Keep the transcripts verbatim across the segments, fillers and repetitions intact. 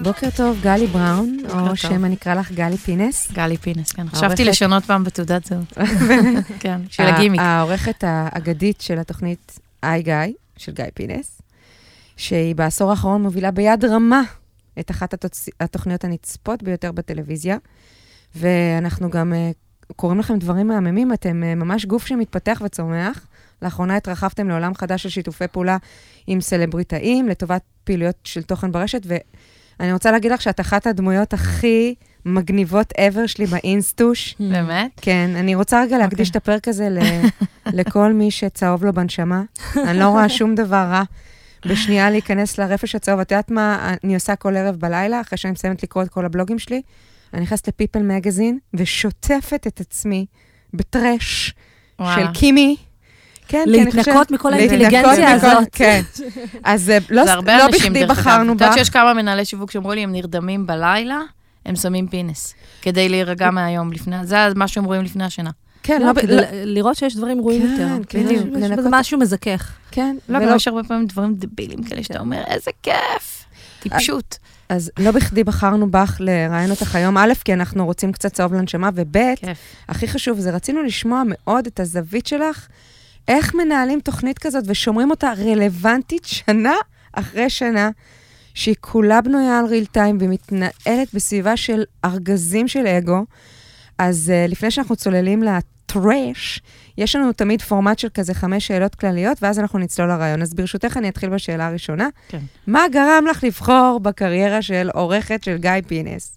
בוקר טוב, גלי בראון, או שם אני אקרא לך גלי פינס. גלי פינס, כן. חשבתי לשנות פעם בתעודת זהות. כן, של הגימיק. העורכת האגדית של התוכנית איי גיא, של גיא פינס, שהיא בעשור האחרון מובילה ביד רמה את אחת התוכניות הנצפות ביותר בטלוויזיה, ואנחנו גם קוראים לכם דברים מהממים, אתם ממש גוף שמתפתח וצומח. לאחרונה התרחבתם לעולם חדש של שיתופי פעולה עם סלבריטאים, לטובת פעילויות של תוכן ברשת, ואני רוצה להגיד לך שאת אחת הדמויות הכי מגניבות ever שלי באינסטוש. באמת? כן, אני רוצה רגע להקדיש את הפרק הזה לכל מי שצהוב לו בנשמה. אני לא רואה שום דבר רע בשנייה להיכנס לרפש הצהוב. את יודעת מה אני עושה כל ערב בלילה, אחרי שאני מסיימת לקרוא את כל הבלוגים שלי? אני נכנסת לפיפל מגזין ושוטפת את עצמי בטרש של קימי, כן, להתנקות מכל האינטליגנציה הזאת. כן. אז לא בכדי בחרנו בה. אתה יודעת שיש כמה מנהלי שיווק שאמרו לי, הם נרדמים בלילה, הם שמים פינס, כדי להירגע מהיום לפני, זה מה שהם רואים לפני השינה. כן, לראות שיש דברים רואים יותר. זה משהו מזכך. כן. לא, אבל יש הרבה פעמים דברים דבילים כאלה שאתה אומר, איזה כיף. טיפשות. אז לא בכדי בחרנו בך לראיין אותך היום, א', כי אנחנו רוצים קצת צהוב לנשמה, וב', הכי חשוב, זה רצינו לשמוע מאוד את הזווית שלך, איך מנהלים תוכנית כזאת ושומרים אותה רלוונטית שנה אחרי שנה, שהיא כולה בנויה על ריל טיים ומתנהלת בסביבה של ארגזים של אגו. אז uh, לפני שאנחנו צוללים לטרש, יש לנו תמיד פורמט של כזה חמש שאלות כלליות, ואז אנחנו נצלול לרעיון. אז ברשותך אני אתחיל בשאלה הראשונה. כן. מה גרם לך לבחור בקריירה של עורכת של גיא פינס?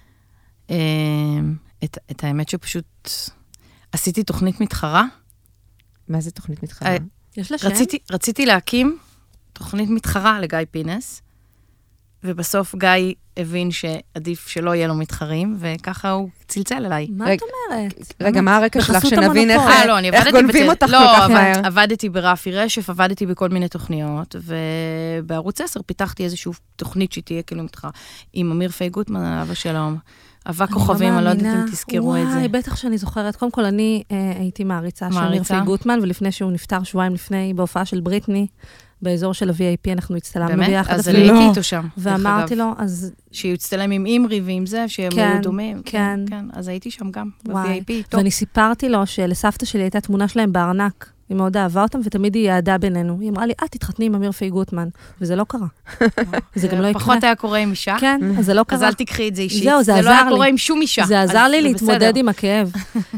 את, את האמת שפשוט עשיתי תוכנית מתחרה, מה זה תוכנית מתחרה? יש לה שם? רציתי, רציתי להקים תוכנית מתחרה לגיא פינס, ובסוף גיא הבין שעדיף שלא יהיה לו מתחרים, וככה הוא צלצל אליי. מה את אומרת? רגע, מה הרקע שלך שנבין איך גונבים אותך כל כך מהר? לא, עבדתי ברפי רשף, עבדתי בכל מיני תוכניות, ובערוץ עשר פיתחתי איזושהי תוכנית שתהיה כאילו מתחרה, עם אמיר פי גוטמן, אבא שלום. אבק כוכבים, אני לא יודעת אם תזכרו את זה. וואי, בטח שאני זוכרת. קודם כל, אני הייתי מעריצה של אמיר פי גוטמן, ולפני שהוא נפטר שבועיים לפני, בהופעה של בריטני, באזור של ה-וי איי פי, אנחנו הצטלמנו ביחד. אז אני הייתי איתו שם. ואמרתי לו, אז... שהוא הצטלם עם אימרי ועם זה, שהם היו דומים. כן, כן. אז הייתי שם גם, ב-וי איי פי איתו. ואני סיפרתי לו שלסבתא שלי הייתה תמונה שלהם בארנק. היא מאוד אהבה אותם, ותמיד היא יעדה בינינו. היא אמרה לי, את תתחתני עם אמיר פי גוטמן. וזה לא קרה. זה גם לא יקרה. פחות היה קורה עם אישה. כן, אז זה לא קרה. אז אל תקחי את זה אישית. זהו, זה עזר לי. זה לא היה קורה עם שום אישה. זה עזר לי להתמודד עם הכאב.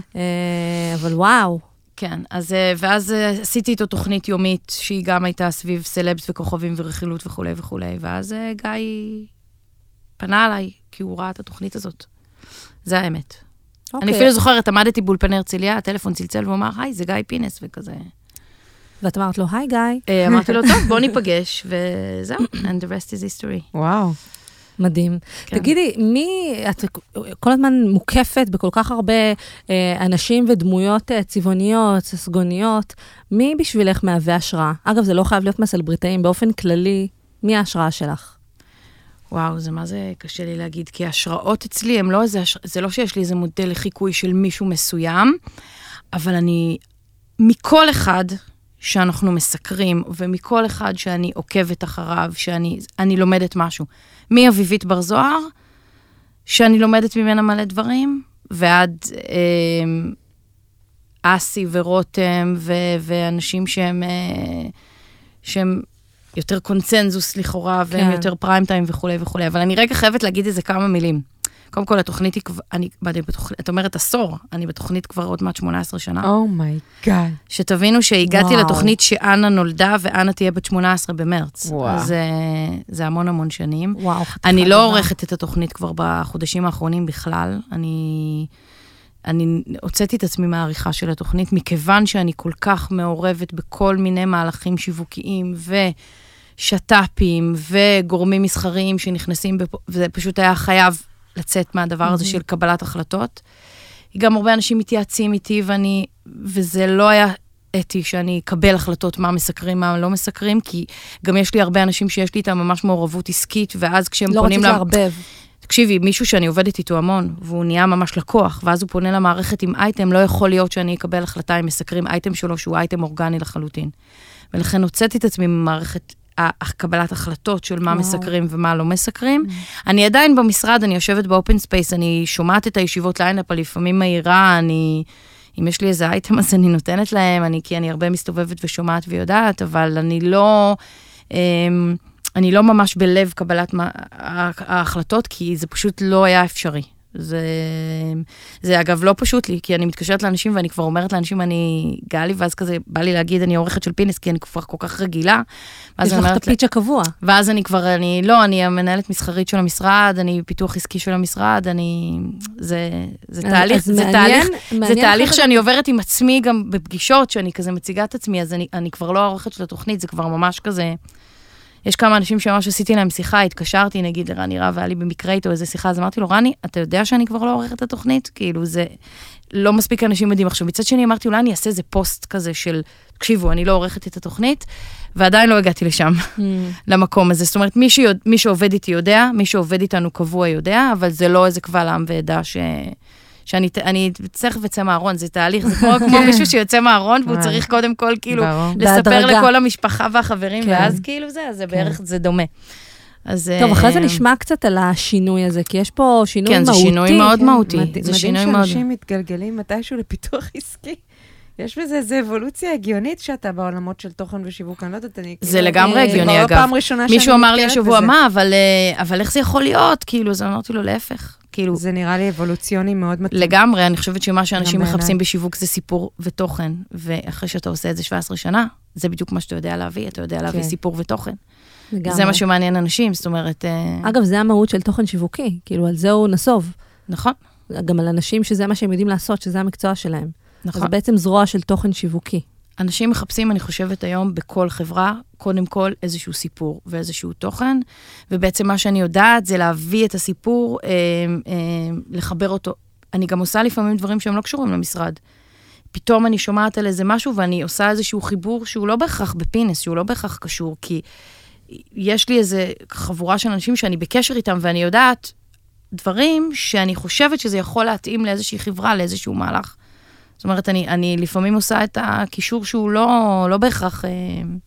אבל וואו. כן, אז, ואז עשיתי איתו תוכנית יומית, שהיא גם הייתה סביב סלבס וכוכבים ורכילות וכו' וכו'. ואז גיא פנה עליי, כי הוא ראה את התוכנית הזאת. זה האמת. אני אפילו זוכרת, עמדתי באולפני הרצליה, הטלפון צלצל והוא אמר, היי, זה גיא פינס, וכזה. ואת אמרת לו, היי גיא. אמרתי לו, טוב, בוא ניפגש, וזהו, and the rest is history. וואו. מדהים. תגידי, מי, את כל הזמן מוקפת בכל כך הרבה אנשים ודמויות צבעוניות, ססגוניות, מי בשבילך מהווה השראה? אגב, זה לא חייב להיות מסלבריטאים, באופן כללי, מי ההשראה שלך? וואו, זה מה זה קשה לי להגיד, כי ההשראות אצלי הם לא איזה, זה לא שיש לי איזה מודל לחיקוי של מישהו מסוים, אבל אני, מכל אחד שאנחנו מסקרים, ומכל אחד שאני עוקבת אחריו, שאני אני לומדת משהו. מאביבית בר זוהר, שאני לומדת ממנה מלא דברים, ועד אה, אסי ורותם, ו, ואנשים שהם, אה, שהם יותר קונצנזוס לכאורה, כן. והם יותר פריים טיים וכו' וכו'. אבל אני רגע חייבת להגיד איזה כמה מילים. קודם כל, התוכנית היא כבר, אני, בתוכנית, את אומרת עשור, אני בתוכנית כבר עוד מעט שמונה עשרה שנה. אומייגאד. שתבינו שהגעתי וואו. לתוכנית שאנה נולדה, ואנה תהיה בת שמונה עשרה במרץ. וואו. זה, זה המון המון שנים. וואו. אני לא עורכת את התוכנית כבר בחודשים האחרונים בכלל. אני, אני הוצאתי את עצמי מהעריכה של התוכנית, מכיוון שאני כל כך מעורבת בכל מיני מהלכים שיווקיים, ושטאפים, וגורמים מסחריים שנכנסים, בפ... וזה פשוט היה חייב לצאת מהדבר הזה של קבלת החלטות. גם הרבה אנשים מתייעצים איתי, ואני, וזה לא היה אתי שאני אקבל החלטות מה מסקרים, מה לא מסקרים, כי גם יש לי הרבה אנשים שיש לי איתם ממש מעורבות עסקית, ואז כשהם לא פונים... לא רצית להרבב. תקשיבי, מישהו שאני עובדת איתו המון, והוא נהיה ממש לקוח, ואז הוא פונה למערכת עם אייטם, לא יכול להיות שאני אקבל החלטה עם מסקרים אייטם שלו, שהוא אייטם אורגני לחלוטין. ולכן הוצאתי את עצמי ממערכת הקבלת החלטות של מה מסקרים ומה לא מסקרים. אני עדיין במשרד, אני יושבת באופן ספייס, אני שומעת את הישיבות ליינאפ, לפעמים מהירה, אני, אם יש לי איזה אייטם, אז אני נותנת להם, אני, כי אני הרבה מסתובבת ושומעת ויודעת, אבל אני לא, אני לא ממש בלב קבלת ההחלטות, כי זה פשוט לא היה אפשרי. זה, זה אגב לא פשוט לי, כי אני מתקשרת לאנשים ואני כבר אומרת לאנשים, אני גאלי, ואז כזה בא לי להגיד, אני עורכת של פינס, כי אני כבר כל כך רגילה. יש לך את הפיץ' הקבוע. ואז אני כבר, אני, לא, אני המנהלת מסחרית של המשרד, אני פיתוח עסקי של המשרד, אני, זה, זה תהליך, זה תהליך, זה תהליך שאני עוברת עם עצמי גם בפגישות, שאני כזה מציגה את עצמי, אז אני, אני כבר לא העורכת של התוכנית, זה כבר ממש כזה, יש כמה אנשים שממש עשיתי להם שיחה, התקשרתי, נגיד, לרני רב, והיה לי במקרה איתו איזה שיחה, אז אמרתי לו, רני, אתה יודע שאני כבר לא עורכת את התוכנית? כאילו, זה לא מספיק אנשים יודעים. עכשיו, מצד שני, אמרתי, אולי אני אעשה איזה פוסט כזה של, תקשיבו, אני לא עורכת את התוכנית, ועדיין לא הגעתי לשם, למקום הזה. זאת אומרת, מי, שיוד, מי שעובד איתי יודע, מי שעובד איתנו קבוע יודע, אבל זה לא איזה קבל עם ועדה ש... שאני אני צריך וצא מהארון, זה תהליך, זה כמו, כמו מישהו שיוצא מהארון, והוא צריך קודם כל, כאילו, לספר לכל המשפחה והחברים, ואז כאילו זה, זה בערך, זה דומה. טוב, אחרי זה נשמע קצת על השינוי הזה, כי יש פה שינוי מהותי. כן, זה שינוי מאוד מהותי. מדהים שאנשים מתגלגלים מתישהו לפיתוח עסקי. יש בזה איזו אבולוציה הגיונית שאתה בעולמות של תוכן ושיווק, אני לא יודעת, אני... זה לגמרי הגיוני, אגב. מישהו אמר לי השבוע, מה, אבל איך זה יכול להיות? כאילו, אז אמרתי לו, להפך. כאילו, זה נראה לי אבולוציוני מאוד מתאים. לגמרי, אני חושבת שמה שאנשים מחפשים בשיווק זה סיפור ותוכן, ואחרי שאתה עושה את זה שבע עשרה שנה, זה בדיוק מה שאתה יודע להביא, אתה יודע להביא סיפור ותוכן. זה מה שמעניין אנשים, זאת אומרת... אגב, זה המהות של תוכן שיווקי, כאילו, על זה הוא נסוב. נכון. גם על אנשים שזה מה שהם יודעים לעשות, שזה המקצוע שלהם. נכון. אז בעצם זרוע של תוכן שיווקי. אנשים מחפשים, אני חושבת היום, בכל חברה, קודם כל איזשהו סיפור ואיזשהו תוכן, ובעצם מה שאני יודעת זה להביא את הסיפור, אה, אה, לחבר אותו. אני גם עושה לפעמים דברים שהם לא קשורים למשרד. פתאום אני שומעת על איזה משהו, ואני עושה איזשהו חיבור שהוא לא בהכרח בפינס, שהוא לא בהכרח קשור, כי יש לי איזה חבורה של אנשים שאני בקשר איתם, ואני יודעת דברים שאני חושבת שזה יכול להתאים לאיזושהי חברה, לאיזשהו מהלך. זאת אומרת, אני, אני לפעמים עושה את הקישור שהוא לא, לא בהכרח, אה,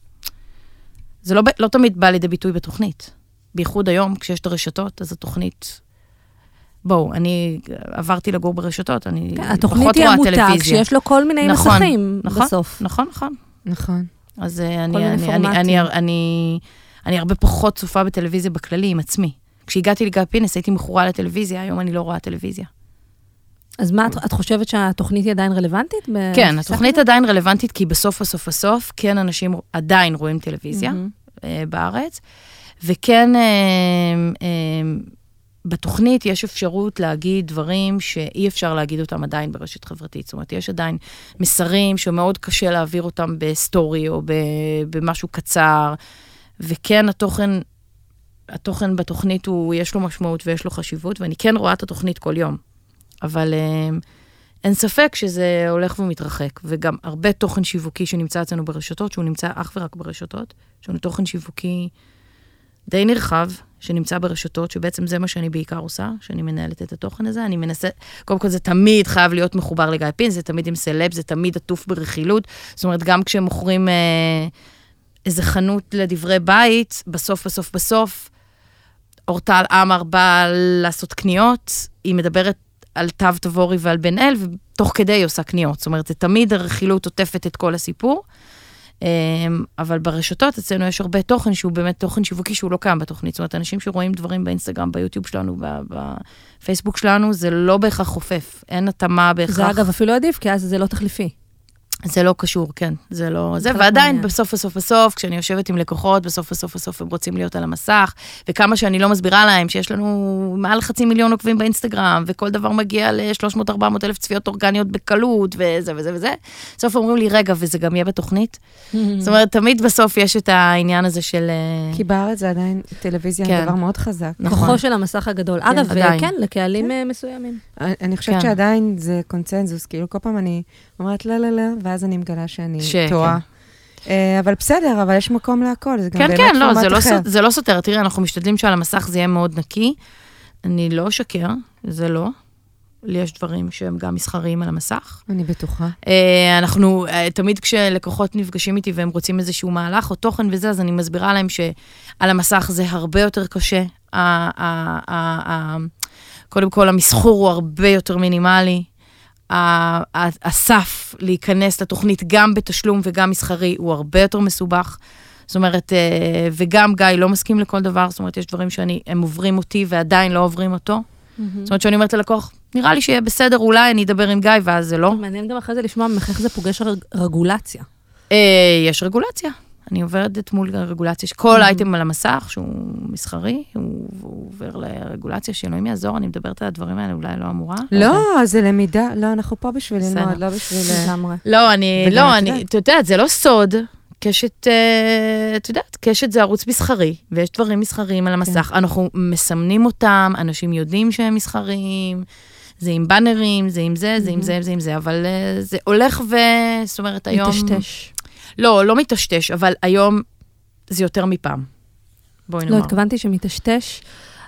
זה לא, לא תמיד בא לידי ביטוי בתוכנית. בייחוד היום, כשיש את הרשתות, אז התוכנית, בואו, אני עברתי לגור ברשתות, אני כן, התוכנית היא המותג, שיש לו כל מיני נכון, מסכים נכון, בסוף. נכון, נכון. נכון. אז אני, אני, אני, אני, אני, אני, אני הרבה פחות צופה בטלוויזיה בכללי עם עצמי. כשהגעתי לגיא פינס, הייתי מכורה לטלוויזיה, היום אני לא רואה טלוויזיה. אז מה, את, את חושבת שהתוכנית היא עדיין רלוונטית? כן, התוכנית עדיין רלוונטית, כי בסוף בסוף בסוף, כן אנשים עדיין רואים טלוויזיה mm-hmm. אה, בארץ, וכן אה, אה, בתוכנית יש אפשרות להגיד דברים שאי אפשר להגיד אותם עדיין ברשת חברתית. זאת אומרת, יש עדיין מסרים שמאוד קשה להעביר אותם בסטורי או במשהו קצר, וכן התוכן, התוכן בתוכנית הוא, יש לו משמעות ויש לו חשיבות, ואני כן רואה את התוכנית כל יום. אבל אין ספק שזה הולך ומתרחק, וגם הרבה תוכן שיווקי שנמצא אצלנו ברשתות, שהוא נמצא אך ורק ברשתות, שהוא תוכן שיווקי די נרחב, שנמצא ברשתות, שבעצם זה מה שאני בעיקר עושה, שאני מנהלת את התוכן הזה, אני מנסה, קודם כל זה תמיד חייב להיות מחובר לגיא פינס, זה תמיד עם סלב, זה תמיד עטוף ברכילות, זאת אומרת, גם כשמוכרים אה, איזה חנות לדברי בית, בסוף, בסוף, בסוף, אורטל אמר בא לעשות קניות, היא מדברת על תו תבורי ועל בן אל, ותוך כדי היא עושה קניות. זאת אומרת, זה תמיד הרכילות עוטפת את כל הסיפור, אבל ברשתות אצלנו יש הרבה תוכן שהוא באמת תוכן שיווקי שהוא לא קיים בתוכנית. זאת אומרת, אנשים שרואים דברים באינסטגרם, ביוטיוב שלנו, בפייסבוק שלנו, זה לא בהכרח חופף. אין התאמה בהכרח. זה אגב אפילו עדיף, כי אז זה לא תחליפי. זה לא קשור, כן. זה לא... זה, ועדיין בסוף בסוף בסוף, כשאני יושבת עם לקוחות, בסוף בסוף בסוף הם רוצים להיות על המסך, וכמה שאני לא מסבירה להם, שיש לנו מעל חצי מיליון עוקבים באינסטגרם, וכל דבר מגיע ל-שלוש מאות עד ארבע מאות אלף צפיות אורגניות בקלות, וזה וזה וזה. בסוף אומרים לי, רגע, וזה גם יהיה בתוכנית. זאת אומרת, תמיד בסוף יש את העניין הזה של... כי בארץ זה עדיין טלוויזיה, דבר מאוד חזק. כוחו של המסך הגדול. אגב, וכן, לקהלים מסוימים. אני חושבת שעדיין זה קונצנזוס, כאילו כל פעם אני אומרת לא, לא, לא, ואז אני מגלה שאני טועה. אבל בסדר, אבל יש מקום להכל, זה גם באמת פורמט אחר. זה לא סותר, תראי, אנחנו משתדלים שעל המסך זה יהיה מאוד נקי, אני לא אשקר, זה לא. לי יש דברים שהם גם מסחריים על המסך. אני בטוחה. אנחנו, תמיד כשלקוחות נפגשים איתי והם רוצים איזשהו מהלך או תוכן וזה, אז אני מסבירה להם שעל המסך זה הרבה יותר קשה. קודם כל, המסחור הוא הרבה יותר מינימלי. הסף להיכנס לתוכנית גם בתשלום וגם מסחרי הוא הרבה יותר מסובך. זאת אומרת, וגם גיא לא מסכים לכל דבר, זאת אומרת, יש דברים שהם עוברים אותי ועדיין לא עוברים אותו. זאת אומרת, שאני אומרת ללקוח, נראה לי שיהיה בסדר, אולי אני אדבר עם גיא, ואז זה לא. מעניין גם אחרי זה לשמוע איך זה פוגש רגולציה. יש רגולציה. אני עוברת מול רגולציה, שכל אייטם על המסך, שהוא מסחרי, הוא עובר לרגולציה, שאלוהים יעזור, אני מדברת על הדברים האלה, אולי לא אמורה. לא, זה למידה, לא, אנחנו פה בשביל ללמוד, לא בשביל... לא, אני, לא, אני, אתה יודעת, זה לא סוד, קשת, את יודעת, קשת זה ערוץ מסחרי, ויש דברים מסחריים על המסך, אנחנו מסמנים אותם, אנשים יודעים שהם מסחריים, זה עם בנרים, זה עם זה, זה עם זה, זה עם זה, אבל זה הולך ו... זאת אומרת, היום... מתשתש. לא, לא מתשתש, אבל היום זה יותר מפעם. בואי נאמר. לא, התכוונתי שמתשתש,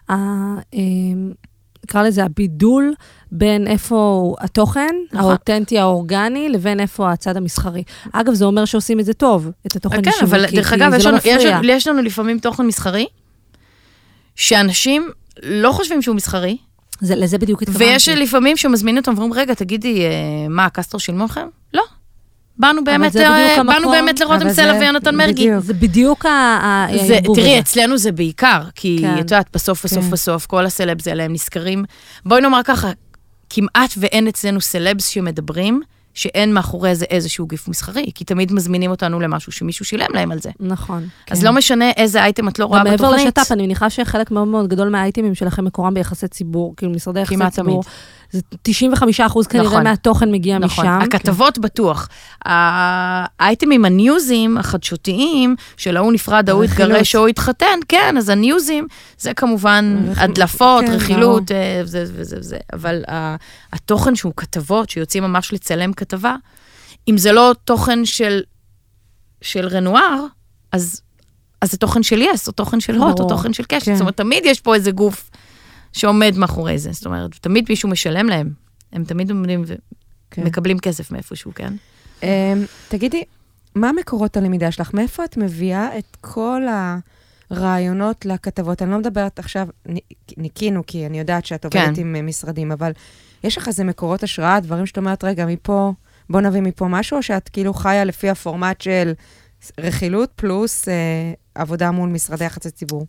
נקרא לזה הבידול, בין איפה התוכן, האותנטי, האורגני, לבין איפה הצד המסחרי. אגב, זה אומר שעושים את זה טוב, את התוכן השיווקי, כן, אבל דרך אגב, יש לנו לפעמים תוכן מסחרי, שאנשים לא חושבים שהוא מסחרי, לזה בדיוק התכוונתי. ויש לפעמים שמזמינים אותם ואומרים, רגע, תגידי, מה, הקסטר שילמו לכם? לא. באנו באמת, באנו באמת לראות עם סלע ויונתן מרגי. זה בדיוק הערבוב. תראי, אצלנו זה בעיקר, כי את יודעת, בסוף, בסוף, בסוף, כל הסלבס האלה הם נזכרים. בואי נאמר ככה, כמעט ואין אצלנו סלבס שמדברים, שאין מאחורי זה איזשהו גיף מסחרי, כי תמיד מזמינים אותנו למשהו שמישהו שילם להם על זה. נכון. אז לא משנה איזה אייטם את לא רואה בתוכנית. ומעבר לשטאפ, אני מניחה שחלק מאוד מאוד גדול מהאייטמים שלכם מקורם ביחסי ציבור, כאילו משרדי יחסי ציבור. זה תשעים וחמישה אחוז כנראה מהתוכן מגיע משם. נכון, הכתבות בטוח. האייטמים, הניוזים, החדשותיים, של ההוא נפרד, ההוא התגרש או התחתן, כן, אז הניוזים, זה כמובן הדלפות, רכילות, וזה וזה וזה. אבל התוכן שהוא כתבות, שיוצאים ממש לצלם כתבה, אם זה לא תוכן של רנואר, אז זה תוכן של יס, או תוכן של הוט, או תוכן של קשת. זאת אומרת, תמיד יש פה איזה גוף שעומד מאחורי זה. זאת אומרת, תמיד מישהו משלם להם. הם תמיד עומדים ומקבלים כסף מאיפשהו, כן? תגידי, מה מקורות הלמידה שלך? מאיפה את מביאה את כל הרעיונות לכתבות? אני לא מדברת עכשיו, ניקינו, כי אני יודעת שאת עובדת עם משרדים, אבל יש לך איזה מקורות השראה, דברים שאת אומרת, רגע, מפה, בוא נביא מפה משהו, או שאת כאילו חיה לפי הפורמט של רכילות פלוס עבודה מול משרדי יחסי ציבור?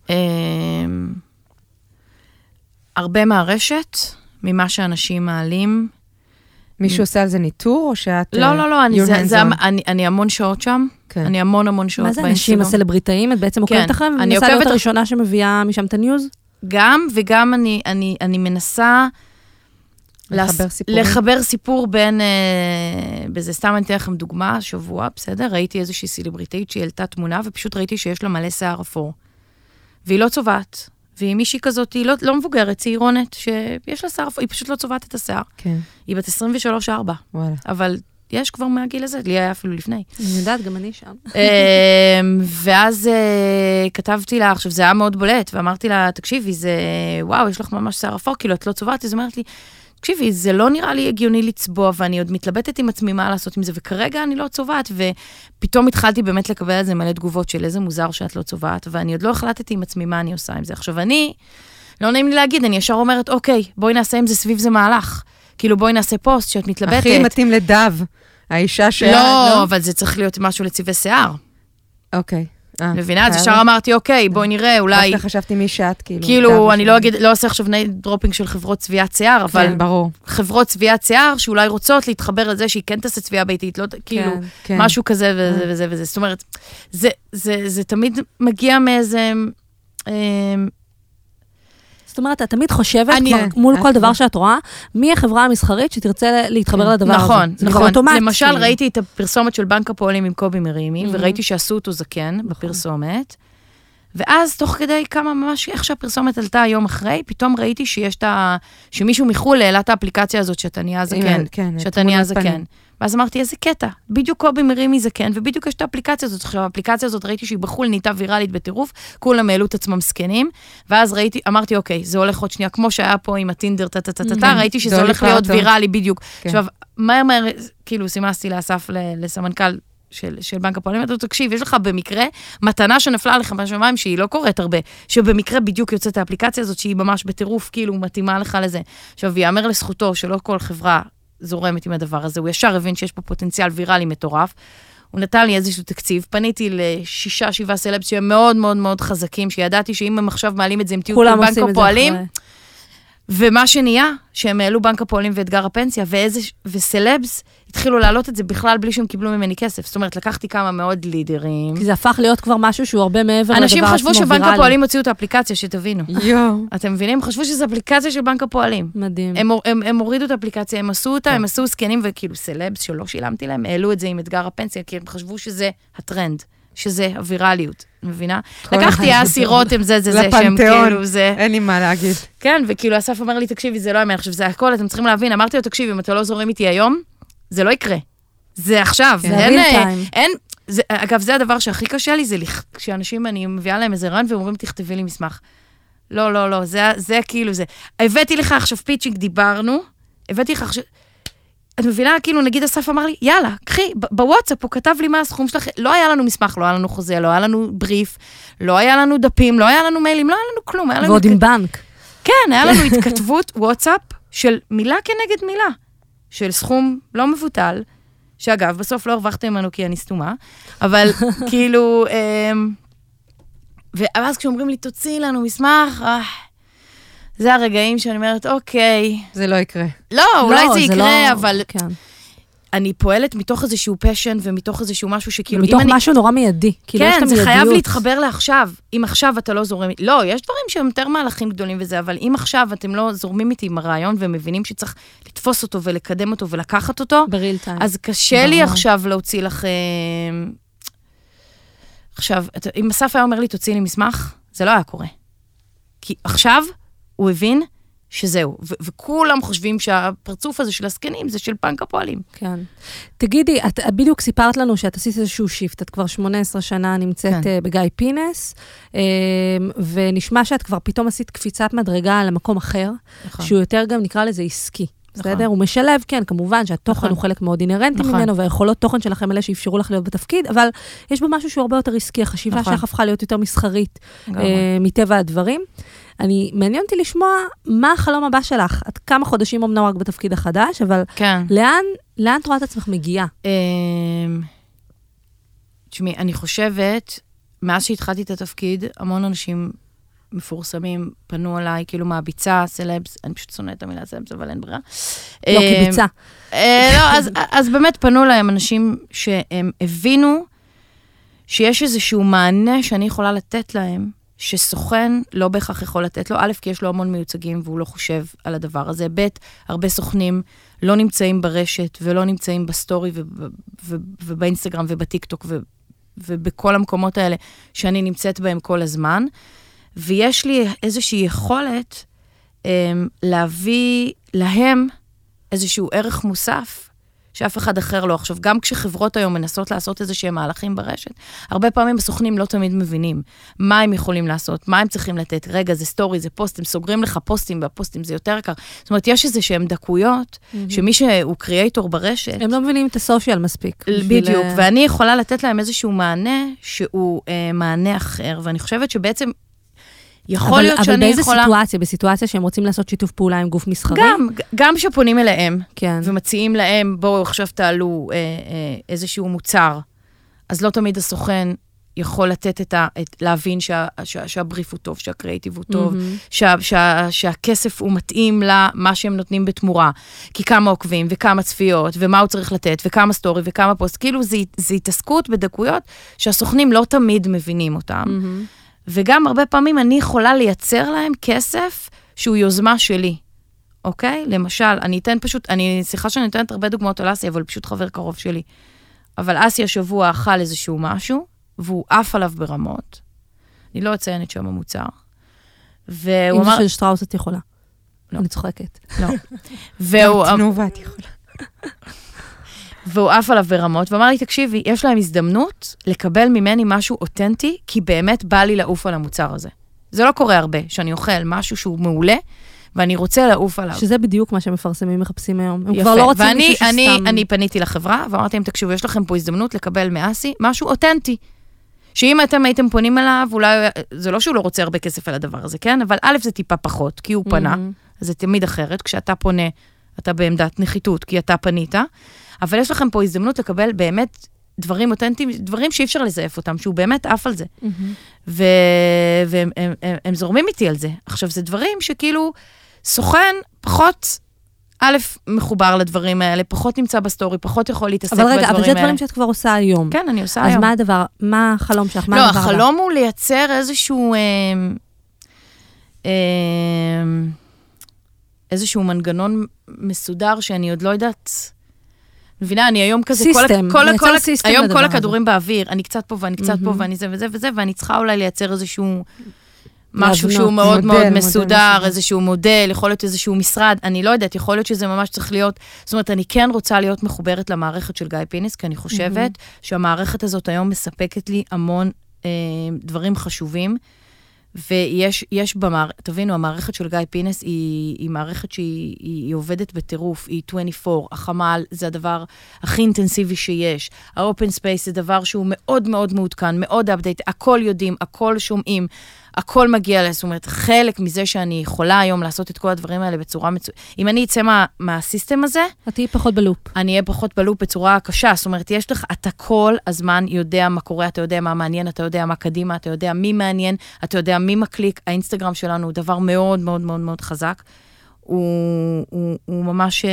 הרבה מהרשת, ממה שאנשים מעלים. מישהו עושה על זה ניטור, או שאת... לא, לא, לא, אני, זה, זה, אני, אני המון שעות שם. כן. אני המון המון שעות. מה זה אנשים הסלבריטאים? את בעצם עוקבת אחריהם? כן. ומנסה להיות הראשונה שמביאה משם את הניוז? גם, וגם אני, אני, אני מנסה... לחבר סיפורים. לחבר סיפור בין... אה, בזה סתם אני אתן לכם דוגמה, שבוע, בסדר? ראיתי איזושהי סלבריטאית שהיא העלתה תמונה, ופשוט ראיתי שיש לה מלא שיער אפור. והיא לא צובעת. והיא מישהי כזאת, היא לא, לא מבוגרת, צעירונת, שיש לה שיער, היא פשוט לא צובעת את השיער. כן. היא בת עשרים ושלוש ארבע. וואלה. אבל יש כבר מהגיל הזה, לי היה אפילו לפני. אני יודעת, גם אני שם. ואז כתבתי לה, עכשיו זה היה מאוד בולט, ואמרתי לה, תקשיבי, זה, וואו, יש לך ממש שיער אפור, כאילו את לא צובעת, אז אמרת לי, תקשיבי, זה לא נראה לי הגיוני לצבוע, ואני עוד מתלבטת עם עצמי מה לעשות עם זה, וכרגע אני לא צובעת, ופתאום התחלתי באמת לקבל על זה מלא תגובות של איזה מוזר שאת לא צובעת, ואני עוד לא החלטתי עם עצמי מה אני עושה עם זה. עכשיו אני, לא נעים לי להגיד, אני ישר אומרת, אוקיי, בואי נעשה עם זה סביב זה מהלך. כאילו בואי נעשה פוסט שאת מתלבטת. הכי מתאים לדב, האישה ש... לא, אבל זה צריך להיות משהו לצבעי שיער. אוקיי. מבינה? אז ישר אמרתי, אוקיי, בואי נראה, אולי... דווקא חשבתי מי שאת, כאילו... כאילו, אני לא אגיד, לא עושה עכשיו דרופינג של חברות צביעת שיער, אבל... כן, ברור. חברות צביעת שיער, שאולי רוצות להתחבר לזה שהיא כן תעשה צביעה ביתית, לא, כאילו, משהו כזה וזה וזה וזה. זאת אומרת, זה תמיד מגיע מאיזה... זאת אומרת, את תמיד חושבת, מול כל דבר שאת רואה, מי החברה המסחרית שתרצה להתחבר לדבר הזה. נכון, נכון. למשל, ראיתי את הפרסומת של בנק הפועלים עם קובי מרימי, וראיתי שעשו אותו זקן בפרסומת, ואז, תוך כדי כמה ממש, איך שהפרסומת עלתה יום אחרי, פתאום ראיתי שיש את ה... שמישהו מחול העלה את האפליקציה הזאת, שאתה נהיה זקן. כן, שאתה נהיה זקן. ואז אמרתי, איזה קטע. בדיוק קובי מרים מי זקן, ובדיוק יש את האפליקציה הזאת. עכשיו, האפליקציה הזאת ראיתי שהיא בחול נהייתה ויראלית בטירוף, כולם העלו את עצמם זקנים, ואז ראיתי, אמרתי, אוקיי, זה הולך עוד שנייה, כמו שהיה פה עם הטינדר, טטטטטטה, ראיתי שזה הולך להיות ויראלי בדיוק. עכשיו, מהר מהר, כאילו, סימסתי לאסף לסמנכ"ל של, של בנק הפועלים, אתה תקשיב, יש לך במקרה מתנה שנפלה עליך בשמיים, שהיא לא קורית הרבה, שבמקרה בדיוק יוצאת האפליקציה הזאת, שהיא ממש בטירוף, כאילו, מתאימה לך לזה. עכשיו, יאמר לזכותו שלא כל חברה זורמת עם הדבר הזה, הוא ישר הבין שיש פה פוטנציאל ויראלי מטורף, הוא נתן לי איזשהו תקציב, פניתי לשישה, שבעה סלבס שהם מאוד מאוד מאוד חזקים, שידעתי שאם הם עכשיו מעלים את זה, הם תהיו בבנק הפועלים, ומה שנהיה, שהם העלו בנק הפועלים ואתגר הפנסיה, ואיזה, וסלבס התחילו לעלות את זה בכלל בלי שהם קיבלו ממני כסף. זאת אומרת, לקחתי כמה מאוד לידרים. כי זה הפך להיות כבר משהו שהוא הרבה מעבר לדבר עצמו ויראלי. אנשים חשבו שבנק הפועלים הוציאו את האפליקציה, שתבינו. יואו. אתם מבינים? חשבו שזו אפליקציה של בנק הפועלים. מדהים. הם, הם, הם הורידו את האפליקציה, הם עשו אותה, הם עשו סקנים, וכאילו סלבס שלא שילמתי להם, העלו את זה עם אתגר הפנסיה, כי הם חשבו שזה הטרנד, שזה הווירליות. מבינה? לקחתי האסירות עם זה, זה, זה, שהם כאילו זה... אין לי מה להגיד. כן, וכאילו אסף אומר לי, תקשיבי, זה לא אמן, עכשיו זה הכל, אתם צריכים להבין, אמרתי לו, תקשיבי, אם אתה לא זורם איתי היום, זה לא יקרה. זה עכשיו. זה ריל טיים. אין, אגב, זה הדבר שהכי קשה לי, זה שאנשים, אני מביאה להם איזה רן, ואומרים, תכתבי לי מסמך. לא, לא, לא, זה, זה כאילו זה. הבאתי לך עכשיו פיצ'ינג, דיברנו, הבאתי לך עכשיו... את מבינה, כאילו, נגיד אסף אמר לי, יאללה, קחי, בוואטסאפ, הוא כתב לי מה הסכום שלך, לא היה לנו מסמך, לא היה לנו חוזה, לא היה לנו בריף, לא היה לנו דפים, לא היה לנו מיילים, לא היה לנו כלום. ועוד עם בנק. כן, היה לנו התכתבות וואטסאפ של מילה כנגד מילה, של סכום לא מבוטל, שאגב, בסוף לא הרווחתם ממנו כי אני סתומה, אבל כאילו, ואז כשאומרים לי, תוציאי לנו מסמך, זה הרגעים שאני אומרת, אוקיי. זה לא יקרה. לא, אולי זה יקרה, אבל אני פועלת מתוך איזשהו פשן, ומתוך איזשהו משהו שכאילו... מתוך משהו נורא מיידי. כן, זה חייב להתחבר לעכשיו. אם עכשיו אתה לא זורם... לא, יש דברים שהם יותר מהלכים גדולים וזה, אבל אם עכשיו אתם לא זורמים איתי עם הרעיון, ומבינים שצריך לתפוס אותו ולקדם אותו ולקחת אותו, בריל טיים. אז קשה לי עכשיו להוציא לכם... עכשיו, אם אסף היה אומר לי, תוציא לי מסמך, זה לא היה קורה. כי עכשיו הוא הבין שזהו, ו- וכולם חושבים שהפרצוף הזה של הסקנים זה של בנק הפועלים. כן. תגידי, את בדיוק סיפרת לנו שאת עשית איזשהו שיפט, את כבר שמונה עשרה שנה נמצאת כן. בגיא פינס, ונשמע שאת כבר פתאום עשית קפיצת מדרגה למקום אחר, נכון. שהוא יותר גם נקרא לזה עסקי. נכון. בסדר? הוא משלב, כן, כמובן שהתוכן נכון. הוא חלק מאוד אינרנטי נכון. ממנו, והיכולות תוכן שלכם אלה שאפשרו לך להיות בתפקיד, אבל יש בו משהו שהוא הרבה יותר עסקי, החשיבה נכון. שלך הפכה להיות יותר מסחרית, אה, מטבע הדברים. אני, מעניין אותי לשמוע מה החלום הבא שלך. את כמה חודשים אמנם רק בתפקיד החדש, אבל כן. לאן, לאן את רואה את עצמך מגיעה? תשמעי, אני חושבת, מאז שהתחלתי את התפקיד, המון אנשים מפורסמים פנו עליי, כאילו מהביצה, סלבס, אני פשוט שונאת את המילה סלבס, אבל אין ברירה. לא, כי ביצה. לא, אז באמת פנו להם אנשים שהם הבינו שיש איזשהו מענה שאני יכולה לתת להם, שסוכן לא בהכרח יכול לתת לו, א', כי יש לו המון מיוצגים, והוא לא חושב על הדבר הזה, ב', הרבה סוכנים לא נמצאים ברשת, ולא נמצאים בסטורי, ובאינסטגרם, ובטיקטוק, ובכל המקומות האלה, שאני נמצאת בהם כל הזמן, ויש לי איזושהי יכולת להביא להם איזשהו ערך מוסף, שאף אחד אחר לא. עכשיו, גם כשחברות היום מנסות לעשות איזשהם מהלכים ברשת, הרבה פעמים הסוכנים לא תמיד מבינים מה הם יכולים לעשות, מה הם צריכים לתת. רגע, זה סטורי, זה פוסט, הם סוגרים לך פוסטים, והפוסטים זה יותר יקר. זאת אומרת, יש איזשהם דקויות, mm-hmm. שמי שהוא קריאייטור ברשת... הם לא מבינים את הסושיאל מספיק. בדיוק, בשביל... ואני יכולה לתת להם איזשהו מענה, שהוא אה, מענה אחר, ואני חושבת שבעצם... יכול להיות שאני יכולה... אבל באיזה סיטואציה? בסיטואציה שהם רוצים לעשות שיתוף פעולה עם גוף מסחרי? גם, גם שפונים אליהם, כן. ומציעים להם, בואו עכשיו תעלו אה, אה, איזשהו מוצר, אז לא תמיד הסוכן יכול לתת את ה... את, להבין שה, שה, שהבריף הוא טוב, שהקריאיטיב הוא טוב, mm-hmm. שה, שה, שהכסף הוא מתאים למה שהם נותנים בתמורה, כי כמה עוקבים, וכמה צפיות, ומה הוא צריך לתת, וכמה סטורי, וכמה פוסט, כאילו זה, זה התעסקות בדקויות שהסוכנים לא תמיד מבינים אותם. Mm-hmm. וגם הרבה פעמים אני יכולה לייצר להם כסף שהוא יוזמה שלי, אוקיי? למשל, אני אתן פשוט, אני שיחה שאני נותנת הרבה דוגמאות על אסי, אבל פשוט חבר קרוב שלי. אבל אסי השבוע אכל איזשהו משהו, והוא עף עליו ברמות. אני לא אציין את שם המוצר. אם זה של שטראוס את יכולה. אני צוחקת. לא. והוא... תנובה את יכולה. והוא עף עליו ברמות, ואמר לי, תקשיבי, יש להם הזדמנות לקבל ממני משהו אותנטי, כי באמת בא לי לעוף על המוצר הזה. זה לא קורה הרבה, שאני אוכל משהו שהוא מעולה, ואני רוצה לעוף עליו. שזה בדיוק מה שמפרסמים מחפשים היום. הם כבר לא רוצים מישהו שסתם... ואני אני פניתי לחברה, ואמרתי להם, תקשיבו, יש לכם פה הזדמנות לקבל מאסי משהו אותנטי. שאם אתם הייתם פונים אליו, אולי, זה לא שהוא לא רוצה הרבה כסף על הדבר הזה, כן? אבל א' זה טיפה פחות, כי הוא פנה, אז זה תמיד אחרת. כשאתה פונה, אתה בעמדת נחיתות, כי אתה פנית. אבל יש לכם פה הזדמנות לקבל באמת דברים אותנטיים, דברים שאי אפשר לזייף אותם, שהוא באמת עף על זה. והם זורמים איתי על זה. עכשיו, זה דברים שכאילו, סוכן פחות, א', מחובר לדברים האלה, פחות נמצא בסטורי, פחות יכול להתעסק בדברים האלה. אבל רגע, אבל זה דברים שאת כבר עושה היום. כן, אני עושה היום. אז מה הדבר, מה החלום שלך? לא, החלום הוא לייצר איזשהו, איזשהו מנגנון מסודר, שאני עוד לא יודעת, מבינה, אני היום כזה, סיסטם, לייצר סיסטם לדבר הזה. היום כל הכדורים באוויר, אני קצת פה ואני קצת פה ואני זה וזה וזה, ואני צריכה אולי לייצר איזשהו... משהו שהוא מאוד מאוד מסודר, איזשהו מודל, יכול להיות איזשהו משרד, אני לא יודעת, יכול להיות שזה ממש צריך להיות, זאת אומרת, אני כן רוצה להיות מחוברת למערכת של גיא פינס, כי אני חושבת שהמערכת הזאת היום מספקת לי המון דברים חשובים, ויש, יש במערכת, תבינו, המערכת של גיא פינס היא, היא מערכת שהיא היא עובדת בטירוף, היא עשרים וארבע, החמ"ל זה הדבר הכי אינטנסיבי שיש, האופן ספייס זה דבר שהוא מאוד מאוד מעודכן, מאוד אפדייט, הכל יודעים, הכל שומעים, הכל מגיע, זאת אומרת, חלק מזה שאני יכולה היום לעשות את כל הדברים האלה בצורה מצוינת. אם אני אצא מה, מהסיסטם הזה, את תהיי פחות בלופ. אני אהיה פחות בלופ בצורה קשה. זאת אומרת, יש לך, אתה כל הזמן יודע מה קורה, אתה יודע מה מעניין, אתה יודע מה קדימה, אתה יודע מי מעניין, אתה יודע מי מקליק. האינסטגרם שלנו הוא דבר מאוד מאוד מאוד מאוד חזק. הוא, הוא, הוא ממש,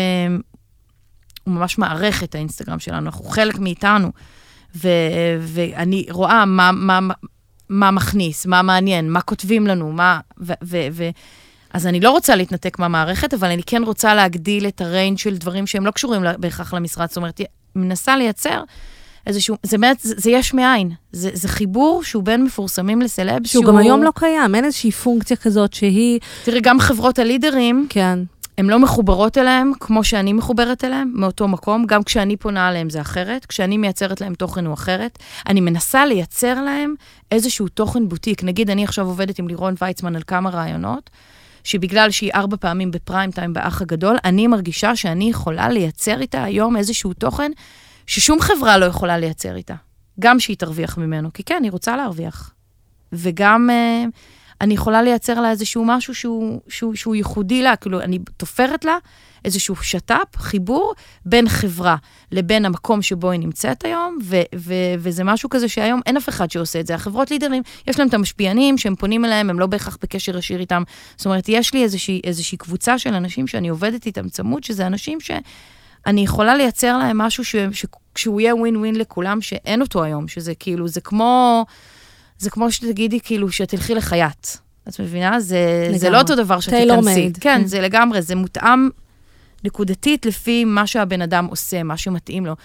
הוא ממש מערך את האינסטגרם שלנו. אנחנו חלק מאיתנו. ו, ואני רואה מה, מה, מה מכניס, מה מעניין, מה כותבים לנו, מה, ו, ו, ו, אז אני לא רוצה להתנתק מהמערכת, אבל אני כן רוצה להגדיל את הריינג' של דברים שהם לא קשורים בהכרח למשרד, זאת אומרת, מנסה לייצר איזשהו, זה באמת, זה, זה יש מאין, זה, זה חיבור שהוא בין מפורסמים לסלב, שהוא גם היום לא קיים, אין איזושהי פונקציה כזאת שהיא... תראי, גם חברות הלידרים, כן. הן לא מחוברות אליהם, כמו שאני מחוברת אליהם, מאותו מקום, גם כשאני פונה אליהם זה אחרת, כשאני מייצרת להם תוכן הוא אחרת, אני מנסה לייצר להם איזשהו תוכן בוטיק, נגיד אני עכשיו עובדת עם לירון ויצמן על כמה רעיונות, שבגלל שהיא ארבע פעמים בפריים טיים באח הגדול, אני מרגישה שאני יכולה לייצר איתה היום איזשהו תוכן, ששום חברה לא יכולה לייצר איתה, גם שהיא תרוויח ממנו, כי כן, אני רוצה להרוויח, וגם... אני יכולה לייצר לה איזשהו משהו שהוא, שהוא, שהוא ייחודי לה, כאילו אני תופרת לה איזשהו שטאפ, חיבור, בין חברה לבין המקום שבו היא נמצאת היום, ו, ו, וזה משהו כזה שהיום אין אף אחד שעושה את זה. החברות לידרים, יש להם את המשפיענים שהם פונים אליהם, הם לא בהכרח בקשר ישיר איתם. זאת אומרת, יש לי איזושהי, איזושהי קבוצה של אנשים שאני עובדת איתם צמוד, שזה אנשים שאני יכולה לייצר להם משהו ש, ש, שהוא יהיה ווין ווין לכולם, שאין אותו היום, שזה כאילו, זה כמו... זה כמו שתגידי, כאילו, שתלכי לחייט. את מבינה? זה, זה לא אותו דבר שתכנסי. כן, זה לגמרי, זה מותאם נקודתית לפי מה שהבן אדם עושה, מה שמתאים לו.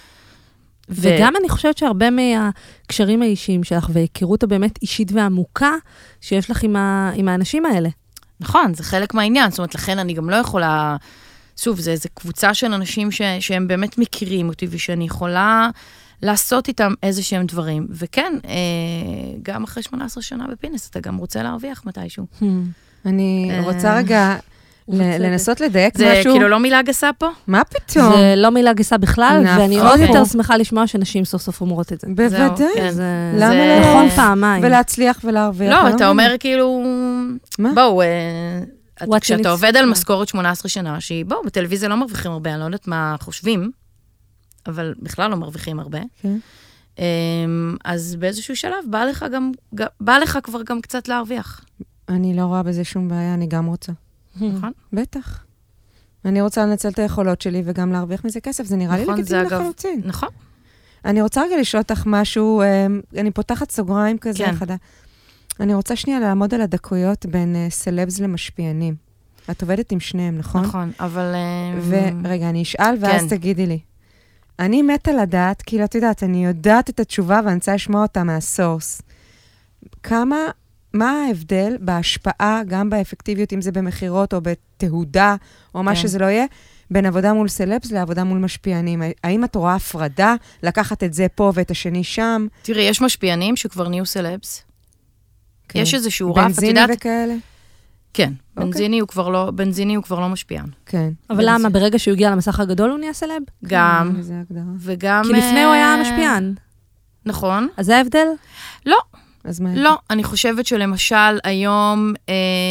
וגם ו... אני חושבת שהרבה מהקשרים האישיים שלך, והיכרות הבאמת אישית ועמוקה, שיש לך עם, ה... עם האנשים האלה. נכון, זה חלק מהעניין. זאת אומרת, לכן אני גם לא יכולה... שוב, זה איזו קבוצה של אנשים ש... שהם באמת מכירים אותי, ושאני יכולה... לעשות איתם איזה שהם דברים. וכן, גם אחרי שמונה עשרה שנה בפינס, אתה גם רוצה להרוויח מתישהו. אני רוצה רגע לנסות לדייק משהו. זה כאילו לא מילה גסה פה? מה פתאום? זה לא מילה גסה בכלל, ואני עוד יותר שמחה לשמוע שנשים סוף סוף אומרות את זה. בוודאי. למה לא? נכון פעמיים. ולהצליח ולהרוויח. לא, אתה אומר כאילו... בואו, כשאתה עובד על משכורת שמונה עשרה שנה, שהיא, בואו, בטלוויזיה לא מרוויחים הרבה, אני לא יודעת מה חושבים, אבל בכלל לא מרוויחים הרבה. אז באיזשהו שלב, בא לך גם, בא לך כבר גם קצת להרוויח. אני לא רואה בזה שום בעיה, אני גם רוצה. נכון? בטח. אני רוצה לנצל את היכולות שלי וגם להרוויח מזה כסף, זה נראה לי לגיטימי לחלוטין. נכון. אני רוצה רגע לשאול אותך משהו, אני פותחת סוגריים כזה חדה. אני רוצה שנייה לעמוד על הדקויות בין סלבס למשפיענים. את עובדת עם שניהם, נכון? נכון, אבל... ורגע, אני אשאל ואז תגידי לי. אני מתה לדעת, כאילו, את יודעת, אני יודעת את התשובה ואני רוצה לשמוע אותה מהסורס. כמה מה ההבדל בהשפעה, גם באפקטיביות, אם זה במחירות או בתהודה, או מה שזה לא יהיה, בין עבודה מול סלבס לעבודה מול משפיענים? האם את רואה הפרדה, לקחת את זה פה ואת השני שם? תראי, יש משפיענים שכבר נהיו סלבס. כן. יש איזשהו רף, בנזיני יודעת... וכאלה? כן, okay. בנזיני, הוא כבר לא, בנזיני הוא כבר לא משפיען. כן. אבל בנז... למה? ברגע שהוא הגיע למסך הגדול הוא נהיה סלב? גם. כן, זה הגדרה. וגם... כי לפני הוא היה משפיען. נכון. אז זה ההבדל? לא. אז מה? לא, אני חושבת שלמשל היום... אה...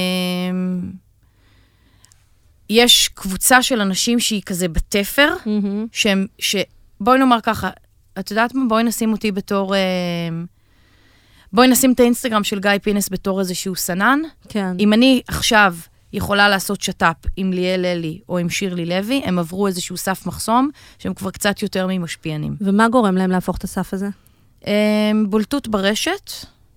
יש קבוצה של אנשים שהיא כזה בתפר, mm-hmm. שהם, ש... בואי נאמר ככה, את יודעת מה? בואי נשים אותי בתור... אה... בואי נשים את האינסטגרם של גיא פינס בתור איזשהו סנן. כן. אם אני עכשיו יכולה לעשות שטאפ עם ליאל אלי או עם שירלי לוי, הם עברו איזשהו סף מחסום, שהם כבר קצת יותר ממשפיענים. ומה גורם להם להפוך את הסף הזה? בולטות ברשת,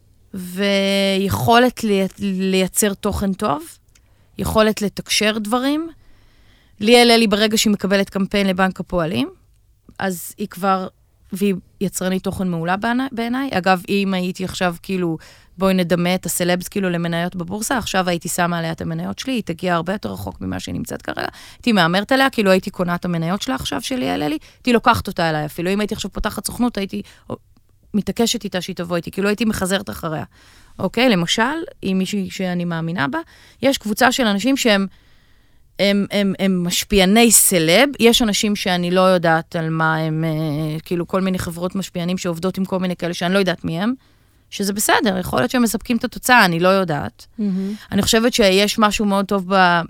ויכולת לייצר תוכן טוב, יכולת לתקשר דברים. ליאל אלי ברגע שהיא מקבלת קמפיין לבנק הפועלים, אז היא כבר... והיא יצרנית תוכן מעולה בעיניי. אגב, אם הייתי עכשיו כאילו, בואי נדמה את הסלבס כאילו למניות בבורסה, עכשיו הייתי שמה עליה את המניות שלי, היא תגיע הרבה יותר רחוק ממה שהיא נמצאת כרגע. הייתי מאמרת עליה, כאילו הייתי קונה את המניות שלה עכשיו שלי על אלי, הייתי לוקחת אותה אליי אפילו. אם הייתי עכשיו פותחת סוכנות, הייתי מתעקשת איתה שהיא תבוא איתי, כאילו הייתי מחזרת אחריה. אוקיי? למשל, עם מישהי שאני מאמינה בה, יש קבוצה של אנשים שהם הם, הם, הם משפיעני סלב, יש אנשים שאני לא יודעת על מה הם, כאילו כל מיני חברות משפיענים שעובדות עם כל מיני כאלה שאני לא יודעת מי הם, שזה בסדר, יכול להיות שהם מספקים את התוצאה, אני לא יודעת. Mm-hmm. אני חושבת שיש משהו מאוד טוב ב...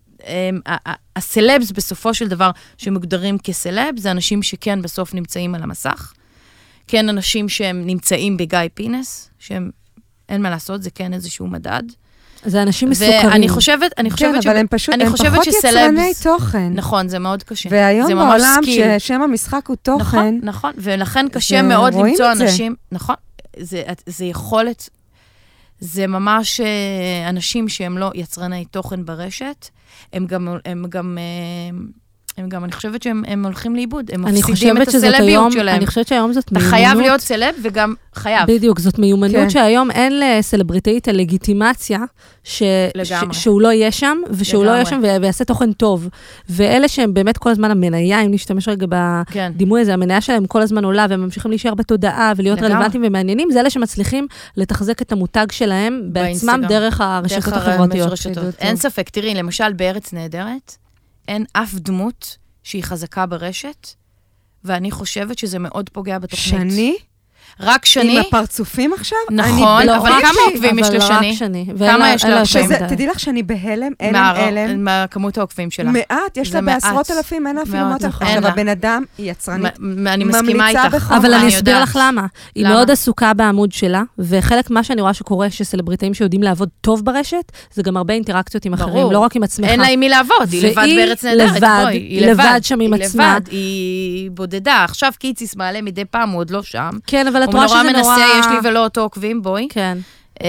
הסלבס בסופו של דבר שמוגדרים כסלב, זה אנשים שכן בסוף נמצאים על המסך, כן אנשים שהם נמצאים בגיא פינס, שהם, אין מה לעשות, זה כן איזשהו מדד, זה אנשים מסוכרים. ואני חושבת, אני חושבת כן, ש... אבל הם פשוט, הם פחות יצרני תוכן. נכון, זה מאוד קשה. והיום בעולם ששם המשחק הוא תוכן. נכון, נכון, ולכן קשה מאוד למצוא אנשים, נכון, זה, זה יכולת, זה ממש אנשים שהם לא יצרני תוכן ברשת, הם גם, הם גם, הם גם, אני חושבת שהם הם הולכים לאיבוד, הם מפסידים את הסלביות שלהם. אני חושבת שהיום זאת מיומנות. אתה חייב להיות סלב וגם חייב. בדיוק, זאת מיומנות כן. שהיום אין לסלבריטאית הלגיטימציה, ש... ש... שהוא לא יהיה שם, ושהוא לגמרי. לא יהיה שם ו... ויעשה תוכן טוב. ואלה שהם באמת כל הזמן המניה, אם נשתמש רגע בדימוי הזה, המניה שלהם כל הזמן עולה, והם ממשיכים להישאר בתודעה, ולהיות לגמרי. רלוונטיים ומעניינים, זה אלה שמצליחים לתחזק את המותג שלהם, בעצמם דרך הרשתות החברתיות. אין ספק, תראי, למשל בארץ נהדרת, אין אף דמות שהיא חזקה ברשת, ואני חושבת שזה מאוד פוגע בתוכנית. שני? רק שני. עם הפרצופים עכשיו? נכון, אבל כמה עוקבים יש לשני? כמה יש לה עוקבים? תדעי לך שאני בהלם, אלם, אלם. מהכמות העוקבים שלה. מעט, יש לה בעשרות אלפים, אין אפילו מאות אלפים. עכשיו, הבן אדם היא יצרנית. אני מסכימה איתך. אבל אני אסביר לך למה. היא מאוד עסוקה בעמוד שלה, וחלק מה שאני רואה שקורה, שסלבריטאים שיודעים לעבוד טוב ברשת, זה גם הרבה אינטראקציות עם אחרים, לא רק עם עצמך. אין לה עם מי לעבוד, היא לבד בארץ נהדרת. היא לבד שם עם עצמה. היא בודדה. עכשיו קיציס מעלה מדי פעם, הוא עוד לא שם. כן, אבל את רואה שזה נורא... מנסה, יש לי ולא אותו עוקבים, בואי. כן.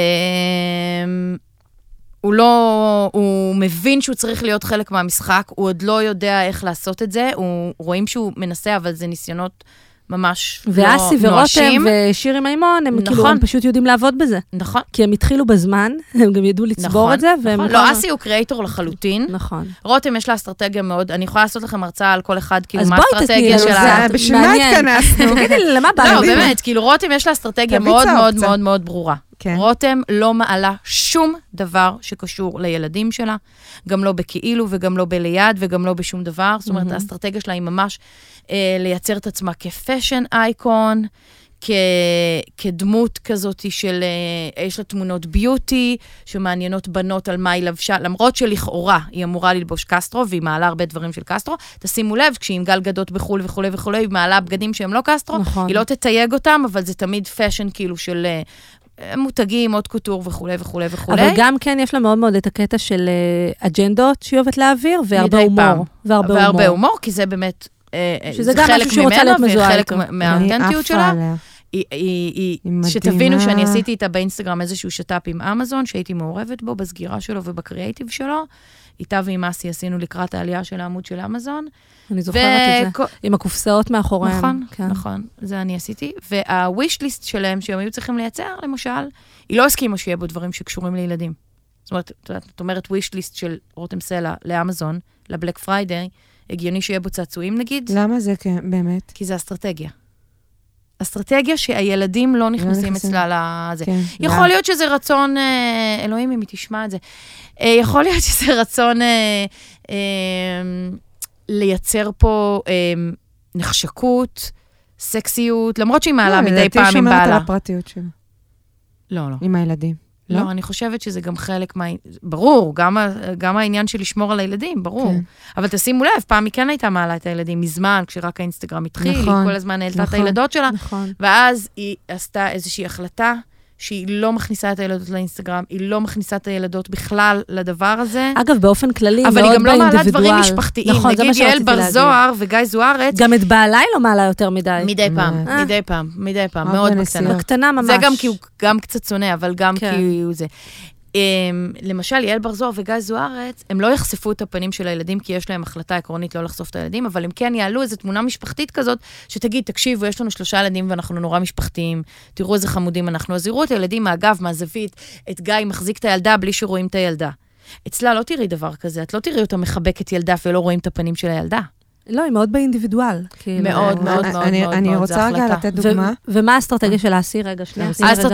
הוא לא, הוא מבין שהוא צריך להיות חלק מהמשחק, הוא עוד לא יודע איך לעשות את זה, הוא רואים שהוא מנסה, אבל זה ניסיונות ממש לא נואשים. ואסי ורותם ושירי מימון, הם כאילו הם פשוט יודעים לעבוד בזה. נכון. כי הם התחילו בזמן, הם גם ידעו לצבור את זה. נכון, לא, אסי הוא קריאטור לחלוטין. נכון. רותם יש לה אסטרטגיה מאוד, אני יכולה לעשות לכם הרצאה על כל אחד, כאילו מה האסטרטגיה שלה. בשביל מה התכנסנו? תגידי לי, למה בא? לא, באמת, כאילו רותם יש לה אסטרטגיה מאוד מאוד מאוד מאוד ברורה. רותם לא מעלה שום דבר שקשור לילדים שלה, גם לא בכאילו וגם לא בליד וגם לא בשום דבר, זאת אומרת, האסטרטגיה שלה היא ממש לייצר את עצמה כפשן אייקון, כדמות כזאת של, יש לה תמונות ביוטי, שמעניינות בנות על מה היא לבשה, למרות שלכאורה היא אמורה ללבוש קסטרו, והיא מעלה הרבה דברים של קסטרו, תשימו לב, כשהיא עם גל גדות בחול וכו' וכו', היא מעלה בגדים שהם לא קסטרו, היא לא תתייג אותם, אבל זה תמיד פשן כאילו של... מותגים, עוד קוטור וכו' וכו' וכו'. אבל גם כן יש לה מאוד מאוד את הקטע של אג'נדות שהיא אוהבת להעביר, והרבה הומור. והרבה הומור, כי זה באמת, זה חלק ממנה, וחלק מהאותנטיות שלה. שתבינו שאני עשיתי איתה באינסטגרם איזשהו שטאפ עם אמזון, שהייתי מעורבת בו, בסגירה שלו ובקריאייטיב שלו. איתה ועם אסי עשינו לקראת העלייה של העמוד של אמזון. אני זוכרת את זה, עם הקופסאות מאחוריהם. נכון, נכון, זה אני עשיתי. וה-wish list שלהם, שהם היו צריכים לייצר, למשל, היא לא הסכימה שיהיה בו דברים שקשורים לילדים. זאת אומרת, את אומרת wish list של רותם סלע לאמזון, לבלק פריידיי, הגיוני שיהיה בו צעצועים נגיד. למה זה באמת? כי זה אסטרטגיה. אסטרטגיה שהילדים לא נכנסים אצלה לזה. יכול להיות שזה רצון, אלוהים אם היא תשמע את זה, יכול להיות שזה רצון לייצר פה נחשקות, סקסיות, למרות שהיא מעלה מדי פעם עם בעלה. לדעתי שומרת על הפרטיות שלה. לא, לא. עם הילדים. לא, לא, אני חושבת שזה גם חלק מה... ברור, גם, גם העניין של לשמור על הילדים, ברור. כן. אבל תשימו לב, פעם היא כן הייתה מעלה את הילדים מזמן, כשרק האינסטגרם התחיל, נכון, היא כל הזמן העלתה נכון, את הילדות שלה, נכון. ואז היא עשתה איזושהי החלטה, שהיא לא מכניסה את הילדות לאינסטגרם, היא לא מכניסה את הילדות בכלל לדבר הזה. אגב, באופן כללי, אבל היא גם לא מעלה דברים משפחתיים. נכון, נגיד יעל בר זוהר וגיא זוארץ. גם את בעלה היא לא מעלה יותר מדי. מדי פעם, מדי פעם, מדי פעם, מאוד בקטנה. בקטנה ממש. זה גם כי הוא גם קצת שונא, אבל גם כי הוא זה. למשל, יעל בר זוהר וגיא זוארץ, הם לא יחשפו את הפנים של הילדים, כי יש להם החלטה עקרונית לא לחשוף את הילדים, אבל הם כן יעלו איזו תמונה משפחתית כזאת, שתגיד, תקשיבו, יש לנו שלושה ילדים ואנחנו נורא משפחתיים, תראו איזה חמודים אנחנו. אז יראו את הילדים מהגב, מהזווית, את גיא מחזיק את הילדה בלי שרואים את הילדה. אצלה לא תראי דבר כזה, את לא תראי אותה מחבקת ילדה ולא רואים את הפנים של הילדה. לא, היא מאוד באינדיבידואל. מאוד, מאוד, מאוד, אני רוצה רגע לתת דוגמה. ומה האסטרטגיה של אסי? רגע, שנייה.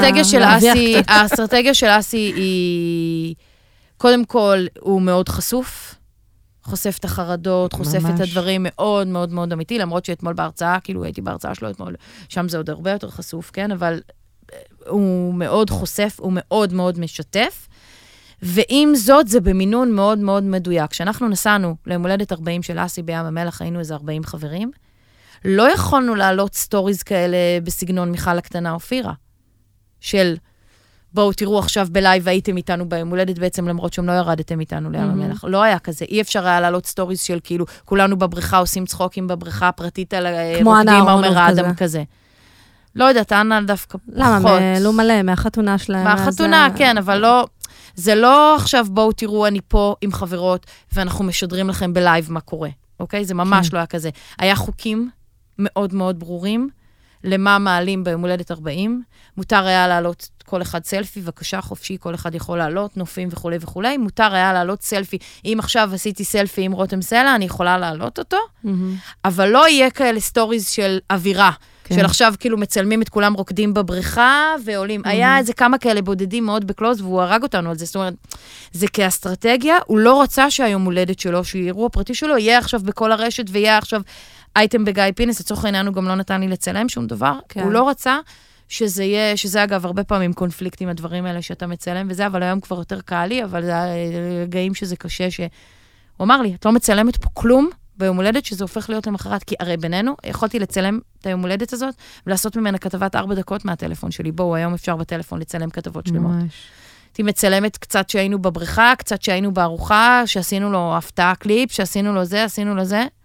האסטרטגיה של אסי היא, קודם כל, הוא מאוד חשוף, חושף את החרדות, חושף את הדברים מאוד מאוד מאוד אמיתי, למרות שאתמול בהרצאה, כאילו הייתי בהרצאה שלו אתמול, שם זה עוד הרבה יותר חשוף, כן? אבל הוא מאוד חושף, הוא מאוד מאוד משתף, ועם זאת, זה במינון מאוד מאוד מדויק. כשאנחנו נסענו למולדת ארבעים של אסי בים המלח, היינו איזה ארבעים חברים, לא יכולנו לעלות סטוריז כאלה בסגנון מיכל הקטנה אופירה, של בואו תראו עכשיו בלייב הייתם איתנו במולדת בעצם, למרות שהם לא ירדתם איתנו לים המלח. לא היה כזה. אי אפשר היה לעלות סטוריז של כאילו, כולנו בבריכה עושים צחוקים בבריכה הפרטית על רוקדים אומר האדם כזה. לא יודעת, אנה דווקא פחות. למה? לא מלא, מהחתונה שלהם. מהחתונה, כן, אבל לא... זה לא עכשיו בואו תראו אני פה עם חברות, ואנחנו משדרים לכם בלייב מה קורה, אוקיי? זה ממש כן. לא היה כזה. היה חוקים מאוד מאוד ברורים, למה מעלים ביום הולדת ארבעים, מותר היה לעלות כל אחד סלפי, בבקשה חופשי, כל אחד יכול לעלות, נופים וכו' וכו', מותר היה לעלות סלפי, אם עכשיו עשיתי סלפי עם רותם סלע, אני יכולה לעלות אותו, mm-hmm. אבל לא יהיה כאלה סטוריז של אווירה, כן. של עכשיו כאילו מצלמים את כולם רוקדים בבריכה, ועולים, mm-hmm. היה איזה כמה כאלה בודדים מאוד בקלוז, והוא הרג אותנו על זה, זאת אומרת, זה כאסטרטגיה, הוא לא רצה שהיום הולדת שלו, שאירוע פרטי שלו, יהיה עכשיו בכל הרשת, ויהיה עכשיו אייטם בגיא פינס, לצורך העניין הוא גם לא נתן לי לצלם שום דבר, כן. הוא לא רצה שזה יהיה, שזה אגב הרבה פעמים קונפליקט עם הדברים האלה שאתה מצלם וזה, אבל היום כבר יותר קל לי, אבל זה רגעים שזה קשה, שהוא אמר לי, את לא מצלמת פה כלום ביום הולדת, שזה הופך להיות למחרת, כי הרי בינינו, יכולתי לצלם את היום הולדת הזאת, ולעשות ממנה כתבת ארבע דקות מהטלפון שלי, בואו, היום אפשר בטלפון לצלם כתבות שלמות. הייתי מצלמת קצת שהיינו בבריכה, קצת שהיינו בארוחה, שעשינו לו הפתעה קליפ, שעשינו לו זה, עשינו לו זה.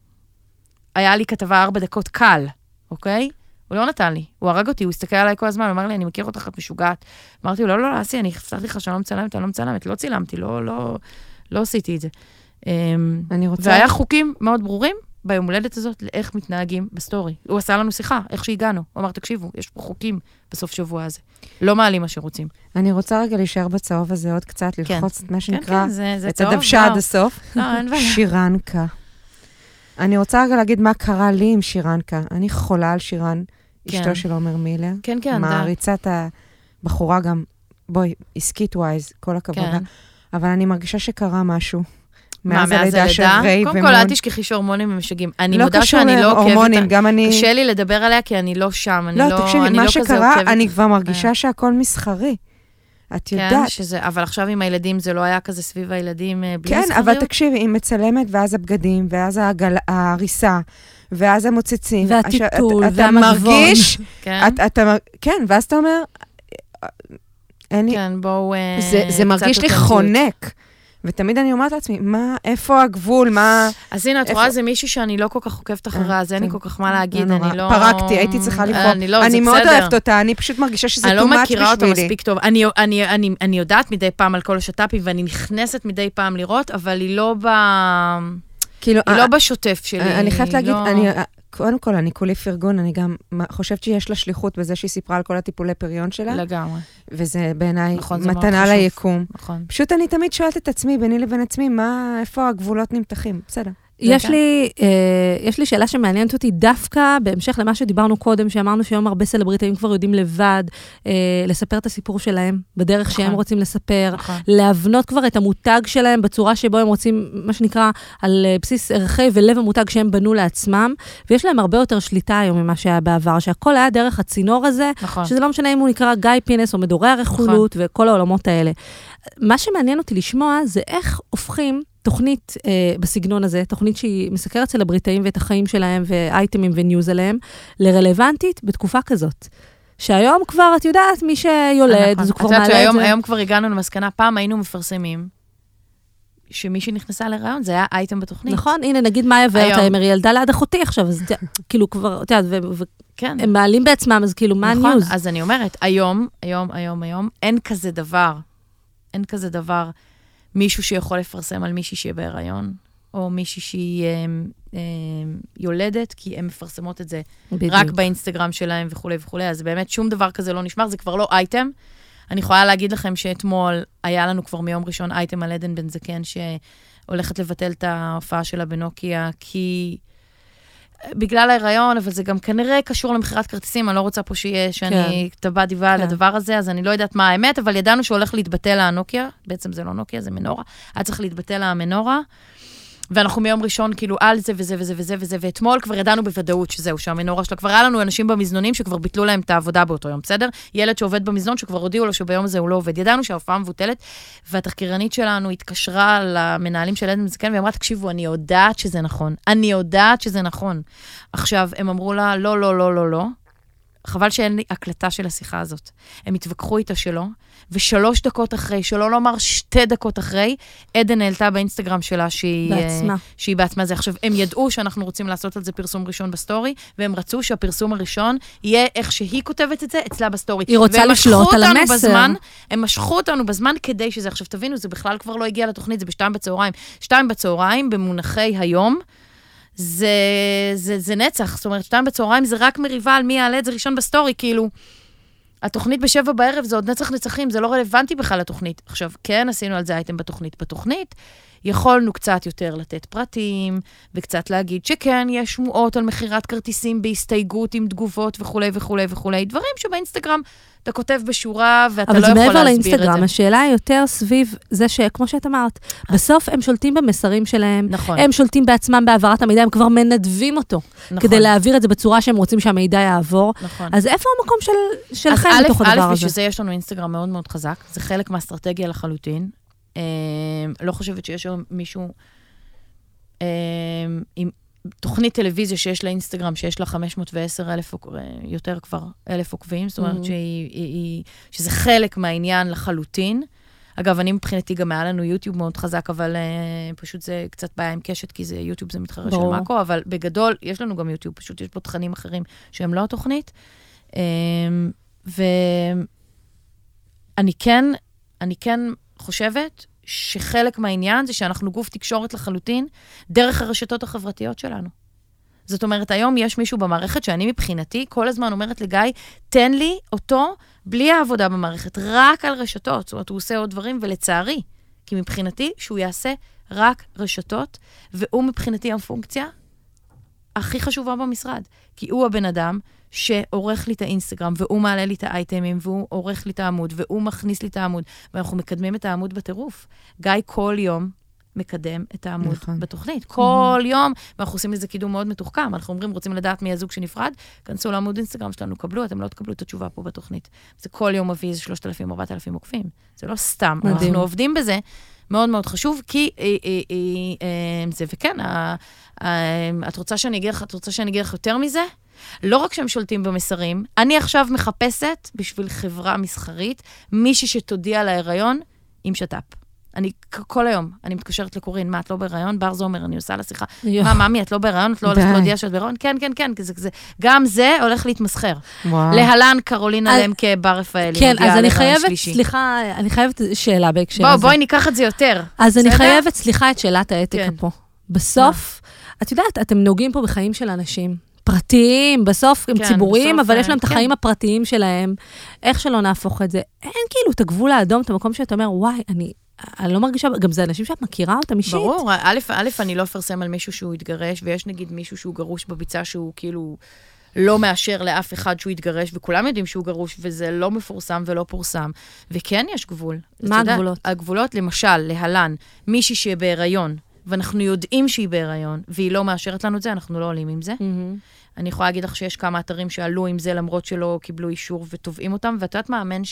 היה לי כתבה ארבע דקות קל, אוקיי? הוא לא נתן לי, הוא הרג אותי, הוא הסתכל עליי כל הזמן, הוא אמר לי, אני מכיר אותך, את משוגעת. אמרתי לו, לא, לא, לא, אסי, אני הפסקתי לך שאני לא מצלמת, אני לא מצלמת, לא צילמתי, לא, לא, לא עשיתי את זה. אני רוצה... והיה חוקים מאוד ברורים ביום הולדת הזאת, לאיך מתנהגים בסטורי. הוא עשה לנו שיחה, איך שהגענו. הוא אמר, תקשיבו, יש פה חוקים בסוף שבוע הזה. לא מעלים מה שרוצים. אני רוצה רגע להישאר בצהוב הזה עוד קצת, ללחוץ את מה שנקרא, את הדוושה עד הסוף. שירנקה. אני רוצה רגע להגיד מה קרה לי עם שירנקה. אני חולה על שירן, אשתו של עומר מילר. כן, כן. מעריצת הבחורה גם, בואי, עסקית ווייז, כל הכבוד. אבל אני מרגישה שקרה משהו. מאז הלידה של ריי ומון. קודם כל, אל תשכחי שהורמונים ומשגעים. אני מודה שאני לא עוקבת. קשה לי לדבר עליה, כי אני לא שם. לא, תקשיבי, מה שקרה, אני כבר מרגישה שהכל מסחרי. את יודעת. כן, שזה, אבל עכשיו עם הילדים זה לא היה כזה סביב הילדים בלי מסחריות. כן, אבל תקשיבי, היא מצלמת, ואז הבגדים, ואז ההריסה, ואז המוצצים. והטיטול, והמגבון. אתה מרגיש, כן, ואז אתה אומר, כן, בואו... זה מרגיש לי חונק. ותמיד אני אומרת לעצמי, מה, איפה הגבול, מה... אז הנה, את רואה, זה מישהי שאני לא כל כך עוקבת אחריה, אז אין לי כל כך מה להגיד, אני לא... פרקתי, הייתי צריכה לבחור. אני לא, אני מאוד אוהבת אותה, אני פשוט מרגישה שזה too much בשבילי. אני לא מכירה אותה מספיק טוב. אני יודעת מדי פעם על כל השטאפים, ואני נכנסת מדי פעם לראות, אבל היא לא ב... היא לא בשוטף שלי. אני חייבת להגיד, קודם כל, אני כולי פרגון, אני גם חושבת שיש לה שליחות בזה שהיא סיפרה על כל הטיפולי פריון שלה. לגמרי. וזה בעיניי מתנה ליקום. נכון. פשוט אני תמיד שואלת את עצמי, ביני לבין עצמי, מה, איפה הגבולות נמתחים? בסדר. יש לי, יש לי שאלה שמעניינת אותי דווקא בהמשך למה שדיברנו קודם, שאמרנו שהיום הרבה סלבריטאים כבר יודעים לבד לספר את הסיפור שלהם, בדרך שהם רוצים לספר, להבנות כבר את המותג שלהם בצורה שבו הם רוצים, מה שנקרא, על בסיס ערכי ולב המותג שהם בנו לעצמם, ויש להם הרבה יותר שליטה היום ממה שהיה בעבר, שהכל היה דרך הצינור הזה, שזה לא משנה אם הוא נקרא גיא פינס או מדורי הרכולות וכל העולמות האלה. מה שמעניין אותי לשמוע זה איך הופכים תוכנית אה, בסגנון הזה, תוכנית שהיא מסקרת סלבריטאים ואת החיים שלהם ואייטמים וניוז עליהם, לרלוונטית בתקופה כזאת. שהיום כבר, את יודעת, מי שיולד, אז הוא כבר מעלה את זה. היום כבר הגענו למסקנה, פעם היינו מפרסמים, שמי שנכנסה לרעיון, זה היה אייטם בתוכנית. נכון, הנה, נגיד מאיה ורטהיימר, היא ילדה ליד אחותי עכשיו, אז כאילו כבר, את יודעת, והם מעלים בעצמם, אז כאילו, מה הניוז? נכון, אז אני אומרת, היום, היום, היום, היום, אין כזה דבר, אין כזה דבר, מישהו שיכול לפרסם על מישהי שיהיה בהיריון, או מישהי שהיא אה, אה, יולדת, כי הן מפרסמות את זה בדיוק. רק באינסטגרם שלהם וכו' וכו'. אז באמת שום דבר כזה לא נשמר, זה כבר לא אייטם. אני יכולה להגיד לכם שאתמול היה לנו כבר מיום ראשון אייטם על עדן בן זקן, שהולכת לבטל את ההופעה שלה בנוקיה, כי בגלל ההיריון, אבל זה גם כנראה קשור למחירת כרטיסים, אני לא רוצה פה שיהיה שאני טבע דיבה על הדבר הזה, אז אני לא יודעת מה האמת, אבל ידענו שהולך להתבטל הנוקיה, בעצם זה לא נוקיה, זה מנורה, היה צריך להתבטל המנורה, ואנחנו מיום ראשון כאילו על זה וזה וזה וזה וזה, ואתמול כבר ידענו בוודאות שזהו, שהמנורה שלה, כבר היה לנו אנשים במזנונים שכבר ביטלו להם את העבודה באותו יום, בסדר? ילד שעובד במזנון שכבר הודיעו לו שביום הזה הוא לא עובד. ידענו שההופעה מבוטלת, והתחקירנית שלנו התקשרה למנהלים של עדן בן זקן, ואמרה, תקשיבו, אני יודעת שזה נכון. אני יודעת שזה נכון. עכשיו, הם אמרו לה, לא, לא, לא, לא, לא. חבל שאין לי הקלטה של השיחה הזאת. הם התווכחו איתה שלו, ושלוש דקות אחרי, שלא לומר שתי דקות אחרי, עדן העלתה באינסטגרם שלה שהיא בעצמה. שהיא בעצמה זה. עכשיו, הם ידעו שאנחנו רוצים לעשות על זה פרסום ראשון בסטורי, והם רצו שהפרסום הראשון יהיה איך שהיא כותבת את זה אצלה בסטורי. היא רוצה לשלוט על המסר. בזמן, הם משכו אותנו בזמן כדי שזה, עכשיו תבינו, זה בכלל כבר לא הגיע לתוכנית, זה בשתיים בצהריים. שתיים בצהריים, במונחי היום, זה, זה, זה נצח. זאת אומרת, שתיים בצהריים זה רק מריבה על מי יעלה את זה ראשון בסטורי, כאילו, התוכנית בשבע בערב זה עוד נצח נצחים, זה לא רלוונטי בכלל לתוכנית. עכשיו, כן, עשינו על זה אייטם בתוכנית. בתוכנית יכולנו קצת יותר לתת פרטים, וקצת להגיד שכן, יש שמועות על מחירת כרטיסים בהסתייגות עם תגובות וכו' וכו' וכו'. דברים שבאינסטגרם אתה כותב בשורה, ואתה לא יכול להסביר את זה. אבל זה מעבר לאינסטגרם, השאלה היא יותר סביב זה שכמו שאת אמרת, בסוף הם שולטים במסרים שלהם, נכון. הם שולטים בעצמם בהעברת המידע, הם כבר מנדבים אותו, נכון. כדי להעביר את זה בצורה שהם רוצים שהמידע יעבור. נכון. אז איפה המקום של, שלכם בתוך הדבר הזה? אז א', בשביל זה יש לנו אינסטגרם מאוד מאוד חזק, זה חלק מהאסטרטגיה לחלוטין. לא חושבת שיש היום מישהו עם תוכנית טלוויזיה שיש לה אינסטגרם, שיש לה חמש מאות ועשר אלף, יותר כבר אלף עוקבים, זאת אומרת שזה חלק מהעניין לחלוטין. אגב, אני מבחינתי גם היה לנו יוטיוב מאוד חזק, אבל פשוט זה קצת בעיה עם קשת, כי זה יוטיוב זה מתחרה של מאקו, אבל בגדול יש לנו גם יוטיוב, פשוט יש פה תכנים אחרים שהם לא התוכנית. ואני כן, אני כן חושבת שחלק מהעניין זה שאנחנו גוף תקשורת לחלוטין דרך הרשתות החברתיות שלנו. זאת אומרת, היום יש מישהו במערכת שאני מבחינתי כל הזמן אומרת לגיא, תן לי אותו בלי העבודה במערכת, רק על רשתות. זאת אומרת, הוא עושה עוד דברים, ולצערי, כי מבחינתי שהוא יעשה רק רשתות, והוא מבחינתי הפונקציה הכי חשובה במשרד. כי הוא הבן אדם שעורך לי את האינסטגרם, והוא מעלה לי את האייטמים, והוא עורך לי את העמוד, והוא מכניס לי את העמוד, ואנחנו מקדמים את העמוד בטירוף. גיא כל יום מקדם את העמוד נכון. בתוכנית. כל mm-hmm. יום, ואנחנו עושים איזה קידום מאוד מתוחכם. אנחנו אומרים, רוצים לדעת מי הזוג שנפרד, כנסו לעמוד אינסטגרם שלנו, קבלו, אתם לא תקבלו את התשובה פה בתוכנית. זה כל יום מביא איזה שלושת אלפים, ארבעת אלפים עוקבים. זה לא סתם. מדהים. אנחנו עובדים בזה, מאוד מאוד חשוב, כי אה, אה, אה, אה, זה, וכן, אה, אה, את רוצה שאני אגיד לך, את רוצה שאני אגיד לך יותר מזה? לא רק שהם שולטים במסרים, אני עכשיו מחפשת בשביל חברה מסחרית, מישהי שתודיע להיריון עם שטאפ. אני כל היום, אני מתקשרת לקורין, מה, את לא בהיריון? בר זה אומר, אני עושה לה שיחה. מה, ממי, את לא בהיריון? את לא הולכת להודיע שאת בהיריון? כן, כן, כן, גם זה הולך להתמסחר. להלן קרולינה למקה בר רפאלי. כן, אז אני חייבת, סליחה, אני חייבת שאלה בהקשר הזה. בואי ניקח את זה יותר. אז אני חייבת, סליחה, את שאלת האתיקה פה. בסוף, את יודעת, אתם נוגעים פה בחיים של אנשים. פרטיים, בסוף הם ציבוריים, אבל יש להם את החיים הפרטיים שלהם. איך שלא נהפוך את זה? אין כאילו את הגבול האדום, את המקום שאתה אומר, וואי, אני... אני לא מרגישה, גם זה אנשים שאת מכירה אותם אישית. ברור, א', א', אני לא אפרסם על מישהו שהוא יתגרש, ויש נגיד מישהו שהוא גרוש בביצה שהוא כאילו לא מאשר לאף אחד שהוא יתגרש, וכולם יודעים שהוא גרוש, וזה לא מפורסם ולא פורסם. וכן יש גבול. מה הגבולות? הגבולות, למשל, להלן, מישהי שהיא בהיריון, ואנחנו יודעים שהיא בהיריון, והיא לא מאשרת לנו את זה, אנחנו לא עולים עם זה. אני יכולה להגיד לך שיש כמה אתרים שעלו עם זה, למרות שלא קיבלו אישור ותובעים אותם, ואת יודעת מאמן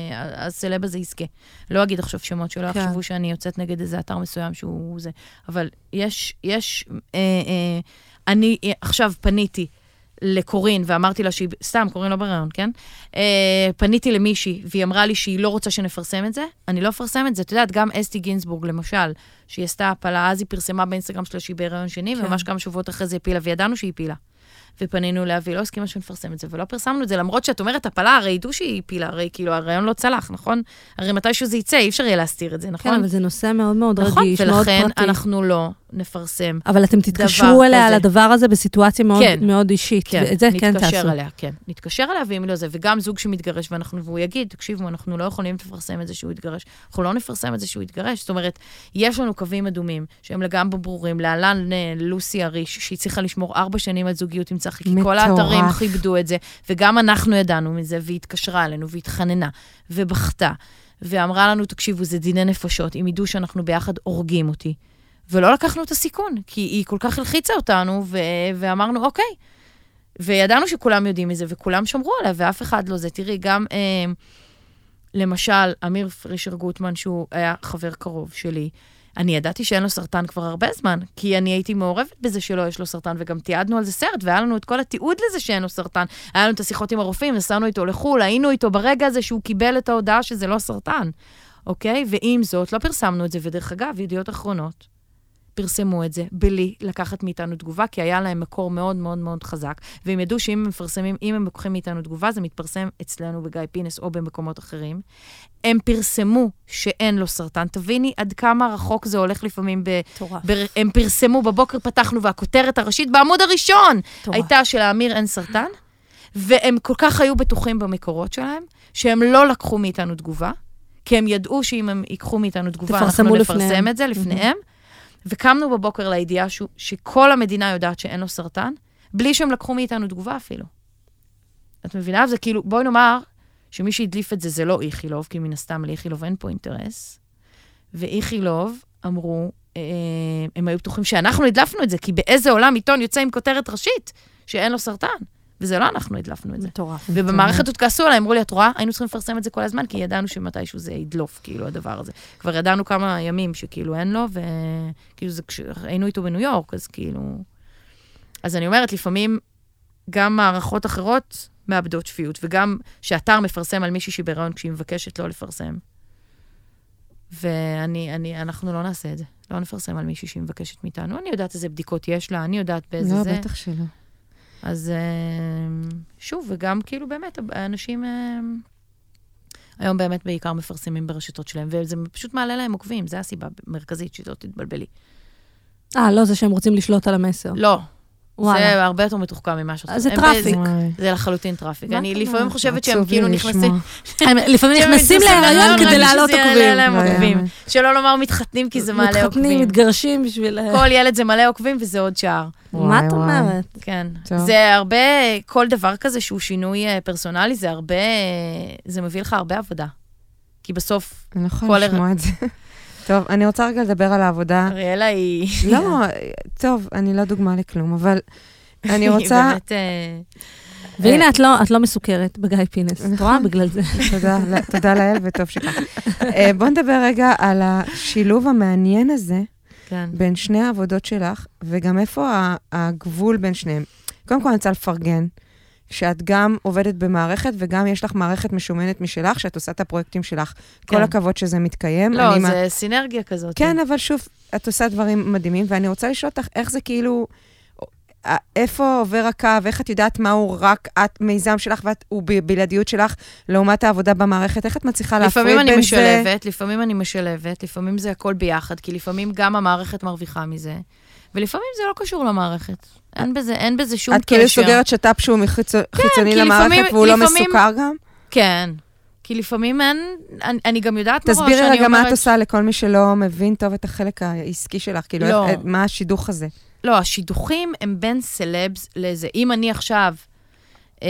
שהסלב הזה יזכה. לא אגיד עכשיו שמות שלא יחשבו שאני יוצאת נגד איזה אתר מסוים שהוא זה. אבל יש, יש, אה, אה, אני עכשיו פניתי לקורין, ואמרתי לה שהיא, סתם, קורין לא ברעיון, כן? אה, פניתי למישהי, והיא אמרה לי שהיא לא רוצה שנפרסם את זה, אני לא אפרסם את זה. את יודעת, גם אסתי גינסבורג, למשל, שהיא עשתה הפלה, אז היא פרסמה באינסטגרם שלה שהיא בהיריון שני, כן. וממש כמה שבועות אחרי זה הפילה, וידענו שהיא הפילה. ופנינו לה, והיא לא הסכימה שנפרסם את זה, ולא פרסמנו את זה, למרות שאת אומרת, הפלה, הרי ידעו שהיא פילה, הרי כאילו, הרעיון לא צלח, נכון? הרי מתישהו זה יצא, אי אפשר יהיה להסתיר את זה, נכון? כן, אבל זה נושא מאוד מאוד רגיש, מאוד פרטי. ולכן אנחנו לא נפרסם. אבל אתם תתקשרו אליה על הדבר הזה בסיטואציה מאוד אישית. כן, נתקשר עליה, כן. נתקשר עליה, ואם לא זה, וגם זוג שמתגרש, ואנחנו, והוא יגיד, תקשיבו, אנחנו לא יכולים לפרסם את זה שהוא יתגרש. אנחנו לא נפרסם את זה שהוא יתגרש. זאת אומרת, יש לנו קווים אדומים, שהם לגמרי ברורים, להלן לוסי אריש, שהיא צריכה לשמור ארבע שנים על זוגיות עם צחי, כי כל האתרים חיבדו את זה, וגם אנחנו ידענו מזה, והיא התקשרה אלינו, והתחננה, ובכתה, ואמרה לנו, תקשיבו, זה דיני נפשות, אם ידעו שאנחנו ביחד הורגים אותי. ולא לקחנו את הסיכון, כי היא כל כך הלחיצה אותנו, ו- ואמרנו, אוקיי. וידענו שכולם יודעים מזה, וכולם שמרו עליה, ואף אחד לא זה. תראי, גם, אה, למשל, אמיר פרישר גוטמן, שהוא היה חבר קרוב שלי, אני ידעתי שאין לו סרטן כבר הרבה זמן, כי אני הייתי מעורבת בזה שלא יש לו סרטן, וגם תיעדנו על זה סרט, והיה לנו את כל התיעוד לזה שאין לו סרטן. היה לנו את השיחות עם הרופאים, נסענו איתו לחול, היינו איתו ברגע הזה שהוא קיבל את ההודעה שזה לא סרטן. אוקיי? ועם זאת, לא פרסמנו את זה, ודרך אגב, ידיעות אחרונות פרסמו את זה, בלי לקחת מאיתנו תגובה, כי היה להם מקור מאוד מאוד מאוד חזק, והם ידעו שאם הם מפרסמים, אם הם לוקחים מאיתנו תגובה, זה מתפרסם אצלנו בגיא פינס או במקומות אחרים. הם פרסמו שאין לו סרטן. תביני עד כמה רחוק זה הולך לפעמים ב... ב... הם פרסמו, בבוקר פתחנו, והכותרת הראשית בעמוד הראשון תורה. הייתה שלאמיר אין סרטן, והם כל כך היו בטוחים במקורות שלהם, שהם לא לקחו מאיתנו תגובה, כי הם ידעו שאם הם ייקחו מאיתנו תגובה, אנחנו נפרסם את זה לפניהם. וקמנו בבוקר לידיעה ש... שכל המדינה יודעת שאין לו סרטן, בלי שהם לקחו מאיתנו תגובה אפילו. את מבינה? זה כאילו, בואי נאמר, שמי שהדליף את זה, זה לא איכילוב, כי מן הסתם לאיכילוב אין פה אינטרס, ואיכילוב אמרו, אה, הם היו בטוחים שאנחנו הדלפנו את זה, כי באיזה עולם עיתון יוצא עם כותרת ראשית, שאין לו סרטן. וזה לא אנחנו הדלפנו את זה. מטורף. ובמערכת התכעסו עליי, אמרו לי, את רואה, היינו צריכים לפרסם את זה כל הזמן, כי ידענו שמתישהו זה ידלוף, כאילו, הדבר הזה. כבר ידענו כמה ימים שכאילו אין לו, וכאילו זה, היינו איתו בניו יורק, אז כאילו... אז אני אומרת, לפעמים גם מערכות אחרות מאבדות שפיות, וגם שאתר מפרסם על מישהי שבהיריון כשהיא מבקשת לא לפרסם. ואני, אני, אנחנו לא נעשה את זה. לא נפרסם על מישהי שהיא מבקשת מאיתנו. אני יודעת איזה בדיקות יש לה, אני יודעת באיזה לא, זה. לא, בטח שלא. אז שוב, וגם כאילו באמת, האנשים היום באמת בעיקר מפרסמים ברשתות שלהם, וזה פשוט מעלה להם עוקבים, זה הסיבה מרכזית שזאת תתבלבלי. אה, לא, זה שהם רוצים לשלוט על המסר. לא. זה הרבה יותר מתוחכם ממה שאתה... זה טראפיק. זה לחלוטין טראפיק. אני לפעמים חושבת שהם כאילו נכנסים... לפעמים נכנסים להיריון כדי לעלות עוקבים. שלא לומר מתחתנים כי זה מעלה עוקבים. מתחתנים, מתגרשים בשביל... כל ילד זה מלא עוקבים וזה עוד שער. מה את אומרת? כן. זה הרבה, כל דבר כזה שהוא שינוי פרסונלי, זה הרבה, זה מביא לך הרבה עבודה. כי בסוף... אני לא יכולה לשמוע את זה. טוב, אני רוצה רגע לדבר על העבודה. אריאלה היא... לא, טוב, אני לא דוגמה לכלום, אבל אני רוצה... היא באמת... והנה, את לא, את לא מסוכרת בגיא פינס. את רואה בגלל זה. תודה, תודה לאל וטוב שכך. בוא נדבר רגע על השילוב המעניין הזה, בין שני העבודות שלך, וגם איפה הגבול בין שניהם. קודם כל, אני רוצה לפרגן, שאת גם עובדת במערכת, וגם יש לך מערכת משומנת משלך, שאת עושה את הפרויקטים שלך. כן. כל הכבוד שזה מתקיים. לא, זה מה... סינרגיה כזאת. כן, אבל שוב, את עושה דברים מדהימים, ואני רוצה לשאול אותך, איך זה כאילו, איפה עובר הקו, איך את יודעת מהו רק את מיזם שלך, והוא בבלעדיות שלך, לעומת העבודה במערכת, איך את מצליחה להפריד בין זה? לפעמים אני משלבת, לפעמים אני משלבת, לפעמים זה הכל ביחד, כי לפעמים גם המערכת מרוויחה מזה, ולפעמים זה לא קשור למערכת. אין בזה, אין בזה שום קשר. את כאילו סוגרת שטאפ שהוא חיצוני למערכת, והוא לא מסוכר גם? כן. כי לפעמים אין, אני, אני גם יודעת מראש, תסבירי רגע מה את עושה לכל מי שלא מבין טוב את החלק העסקי שלך, כאילו, לא. איך, מה השידוך הזה? לא, השידוכים הם בין סלבס לזה. אם אני עכשיו, אה,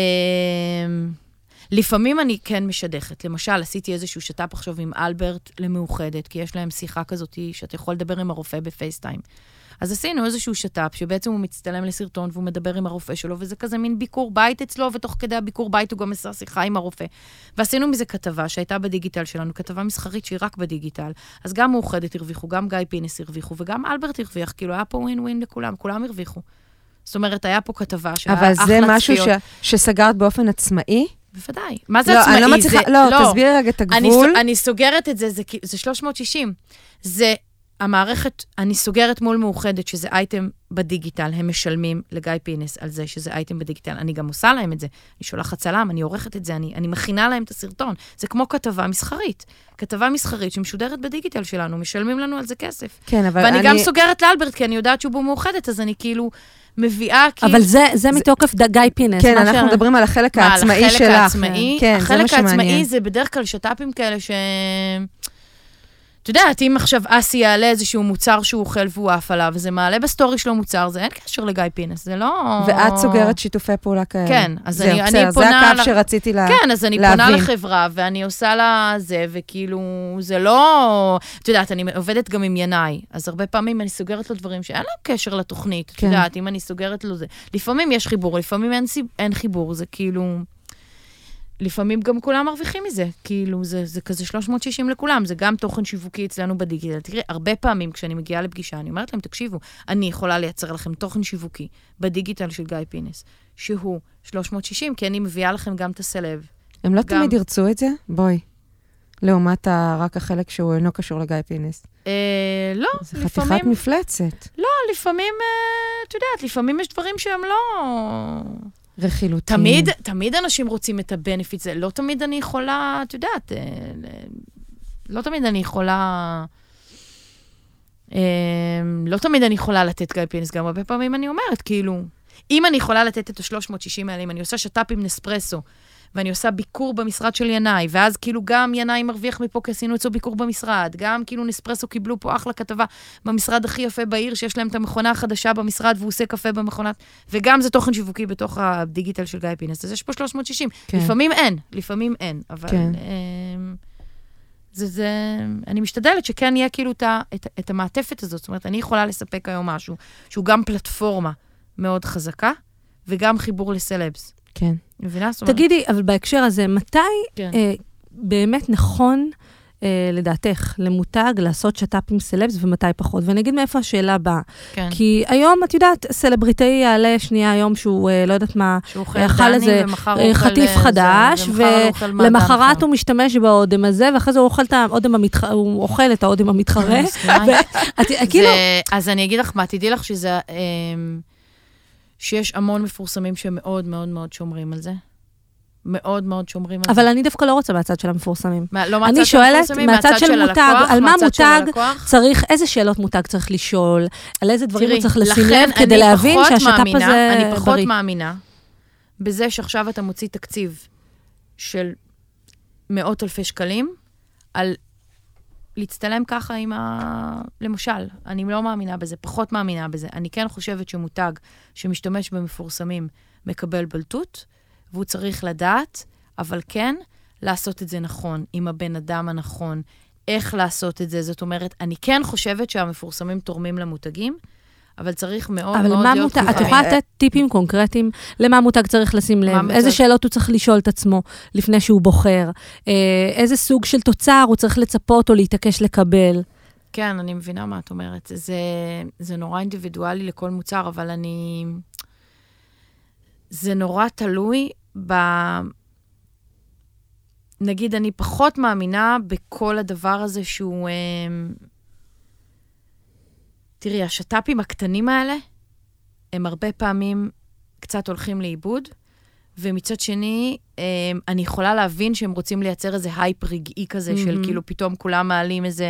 לפעמים אני כן משדכת. למשל, עשיתי איזשהו שטאפ עכשיו עם אלברט למאוחדת, כי יש להם שיחה כזאת שאתה יכול לדבר עם הרופא בפייסטיים. אז עשינו איזשהו שטאפ, שבעצם הוא מצטלם לסרטון, והוא מדבר עם הרופא שלו, וזה כזה מין ביקור בית אצלו, ותוך כדי הביקור בית הוא גם עשה שיחה עם הרופא. ועשינו מזה כתבה שהייתה בדיגיטל שלנו, כתבה מסחרית שהיא רק בדיגיטל. אז גם מאוחדת הרוויחו, גם גיא פינס הרוויחו, וגם אלברט הרוויח, כאילו היה פה ווין ווין לכולם, כולם הרוויחו. זאת אומרת, היה פה כתבה שהיה אחלה צפיות. אבל זה משהו ש... שסגרת באופן עצמאי? בוודאי. מה זה לא, עצמאי? אני לא מצליחה, זה, לא, לא, תסבירי רגע את הגבול. אני, אני סוגרת את זה, זה, זה שלוש מאות שישים. זה המערכת, אני סוגרת מול מאוחדת, שזה אייטם בדיגיטל, הם משלמים לגיא פינס על זה, שזה אייטם בדיגיטל. אני גם עושה להם את זה. אני שולחת צלם, אני עורכת את זה, אני, אני מכינה להם את הסרטון. זה כמו כתבה מסחרית. כתבה מסחרית שמשודרת בדיגיטל שלנו, משלמים לנו על זה כסף. כן, אבל ואני אני... גם סוגרת לאלברט, כי אני יודעת שהוא במאוחדת, אז אני כאילו מביאה כאילו... אבל זה, זה מתוקף גיא פינס. כן, אנחנו ש... מדברים על החלק העצמאי שלך. החלק העצמאי, כן, החלק העצמאי זה בדרך כלל שטאפים כאלה ש... אתה יודעת, אם עכשיו אסי יעלה איזשהו מוצר שהוא אוכל והוא אף עליו, וזה מעלה בסטורי שלו מוצר, זה אין קשר לגיא פינס, זה לא... ואת סוגרת שיתופי פעולה כאלה. כן, אז זה, אני, בסדר, אני פונה... זה הקו שרציתי לה... כן, אז אני להבין. פונה לחברה, ואני עושה לה זה, וכאילו, זה לא... אתה יודעת, אני עובדת גם עם ינאי, אז הרבה פעמים אני סוגרת לו דברים שאין להם קשר לתוכנית, כן. אתה יודעת, אם אני סוגרת לו זה... לפעמים יש חיבור, לפעמים אין, אין חיבור, זה כאילו... לפעמים גם כולם מרוויחים מזה, כאילו, זה, זה כזה שלוש מאות שישים לכולם, זה גם תוכן שיווקי אצלנו בדיגיטל. תראי, הרבה פעמים כשאני מגיעה לפגישה, אני אומרת להם, תקשיבו, אני יכולה לייצר לכם תוכן שיווקי בדיגיטל של גיא פינס, שהוא שלוש מאות שישים, כי אני מביאה לכם גם את הסלב. הם לא גם... תמיד ירצו את זה? בואי. לעומת רק החלק שהוא אינו קשור לגיא פינס. אה, לא, זה לפעמים... חתיכת מפלצת. לא, לפעמים, אה, את יודעת, לפעמים יש דברים שהם לא... רכילותיים. תמיד, תמיד אנשים רוצים את הבנפיט, זה לא תמיד אני יכולה, את יודעת, לא תמיד אני יכולה, לא תמיד אני יכולה לתת גיא פינס, גם הרבה פעמים אני אומרת, כאילו, אם אני יכולה לתת את ה-שלוש מאות שישים האלה, אם אני עושה שטאפ עם נספרסו, ואני עושה ביקור במשרד של ינאי, ואז כאילו גם ינאי מרוויח מפה, כי עשינו אצלו ביקור במשרד, גם כאילו נספרסו קיבלו פה אחלה כתבה במשרד הכי יפה בעיר, שיש להם את המכונה החדשה במשרד, והוא עושה קפה במכונת, וגם זה תוכן שיווקי בתוך הדיגיטל של גיא פינס, אז יש פה שלוש מאות שישים. כן. לפעמים אין, לפעמים אין, אבל... כן. אה, זה, זה, אני משתדלת שכן יהיה כאילו את, את, את המעטפת הזאת, זאת אומרת, אני יכולה לספק היום משהו, שהוא גם פלטפורמה מאוד חזקה, וגם חיבור לסלבס. כן. מבינה? תגידי, אבל בהקשר הזה, מתי כן. אה, באמת נכון, אה, לדעתך, למותג לעשות שטאפ עם סלבס ומתי פחות? ואני אגיד מאיפה השאלה באה. כן. כי היום, את יודעת, סלבריטאי יעלה שנייה היום שהוא, אה, לא יודעת מה, אכל איזה חטיף חדש, ולמחרת הוא משתמש באודם הזה, ואחרי זה הוא אוכל את האודם המתחרה, הוא אוכל את האודם המתחרה. אז אני אגיד לך מה, תדעי לך שזה... שיש המון מפורסמים שמאוד מאוד מאוד שומרים על זה. מאוד מאוד שומרים על זה. אבל אני דווקא לא רוצה מהצד של המפורסמים. לא מהצד של המפורסמים, מהצד של הלקוח, על מה מותג צריך, איזה שאלות מותג צריך לשאול, על איזה דברים הוא צריך לשים לב, כדי להבין שהשטאפ הזה בריא. אני פחות מאמינה בזה שעכשיו אתה מוציא תקציב של מאות אלפי שקלים, על להצטלם ככה עם ה... למשל, אני לא מאמינה בזה, פחות מאמינה בזה. אני כן חושבת שמותג שמשתמש במפורסמים מקבל בלטות, והוא צריך לדעת, אבל כן, לעשות את זה נכון, עם הבן אדם הנכון, איך לעשות את זה. זאת אומרת, אני כן חושבת שהמפורסמים תורמים למותגים, אבל צריך מאוד אבל מאוד להיות... אבל את יכולה לתת טיפים קונקרטיים למה מותג צריך לשים לב, איזה שאלות הוא צריך לשאול את עצמו לפני שהוא בוחר, איזה סוג של תוצר הוא צריך לצפות או להתעקש לקבל. כן, אני מבינה מה את אומרת. זה, זה נורא אינדיבידואלי לכל מוצר, אבל אני... זה נורא תלוי ב... נגיד, אני פחות מאמינה בכל הדבר הזה שהוא... תראי, השטאפים הקטנים האלה, הם הרבה פעמים קצת הולכים לאיבוד, ומצד שני, אני יכולה להבין שהם רוצים לייצר איזה הייפ רגעי כזה, mm-hmm. של כאילו פתאום כולם מעלים איזה,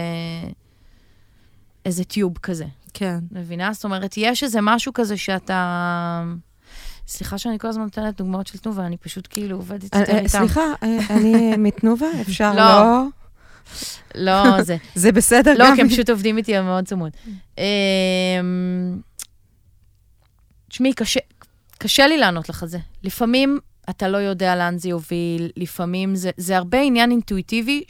איזה טיוב כזה. כן. מבינה? זאת אומרת, יש איזה משהו כזה שאתה... סליחה שאני כל הזמן נותנת דוגמאות של תנובה, אני פשוט כאילו עובדת יותר איתם. סליחה, אני מתנובה, אפשר לא... לא, זה... זה בסדר גם. גם. לא, כי הם פשוט עובדים איתי מאוד צמוד. תשמעי, קשה לי לענות לך זה. לפעמים אתה לא יודע לאן זה יוביל, לפעמים זה הרבה עניין אינטואיטיבי,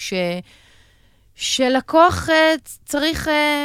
שלקוח צריך...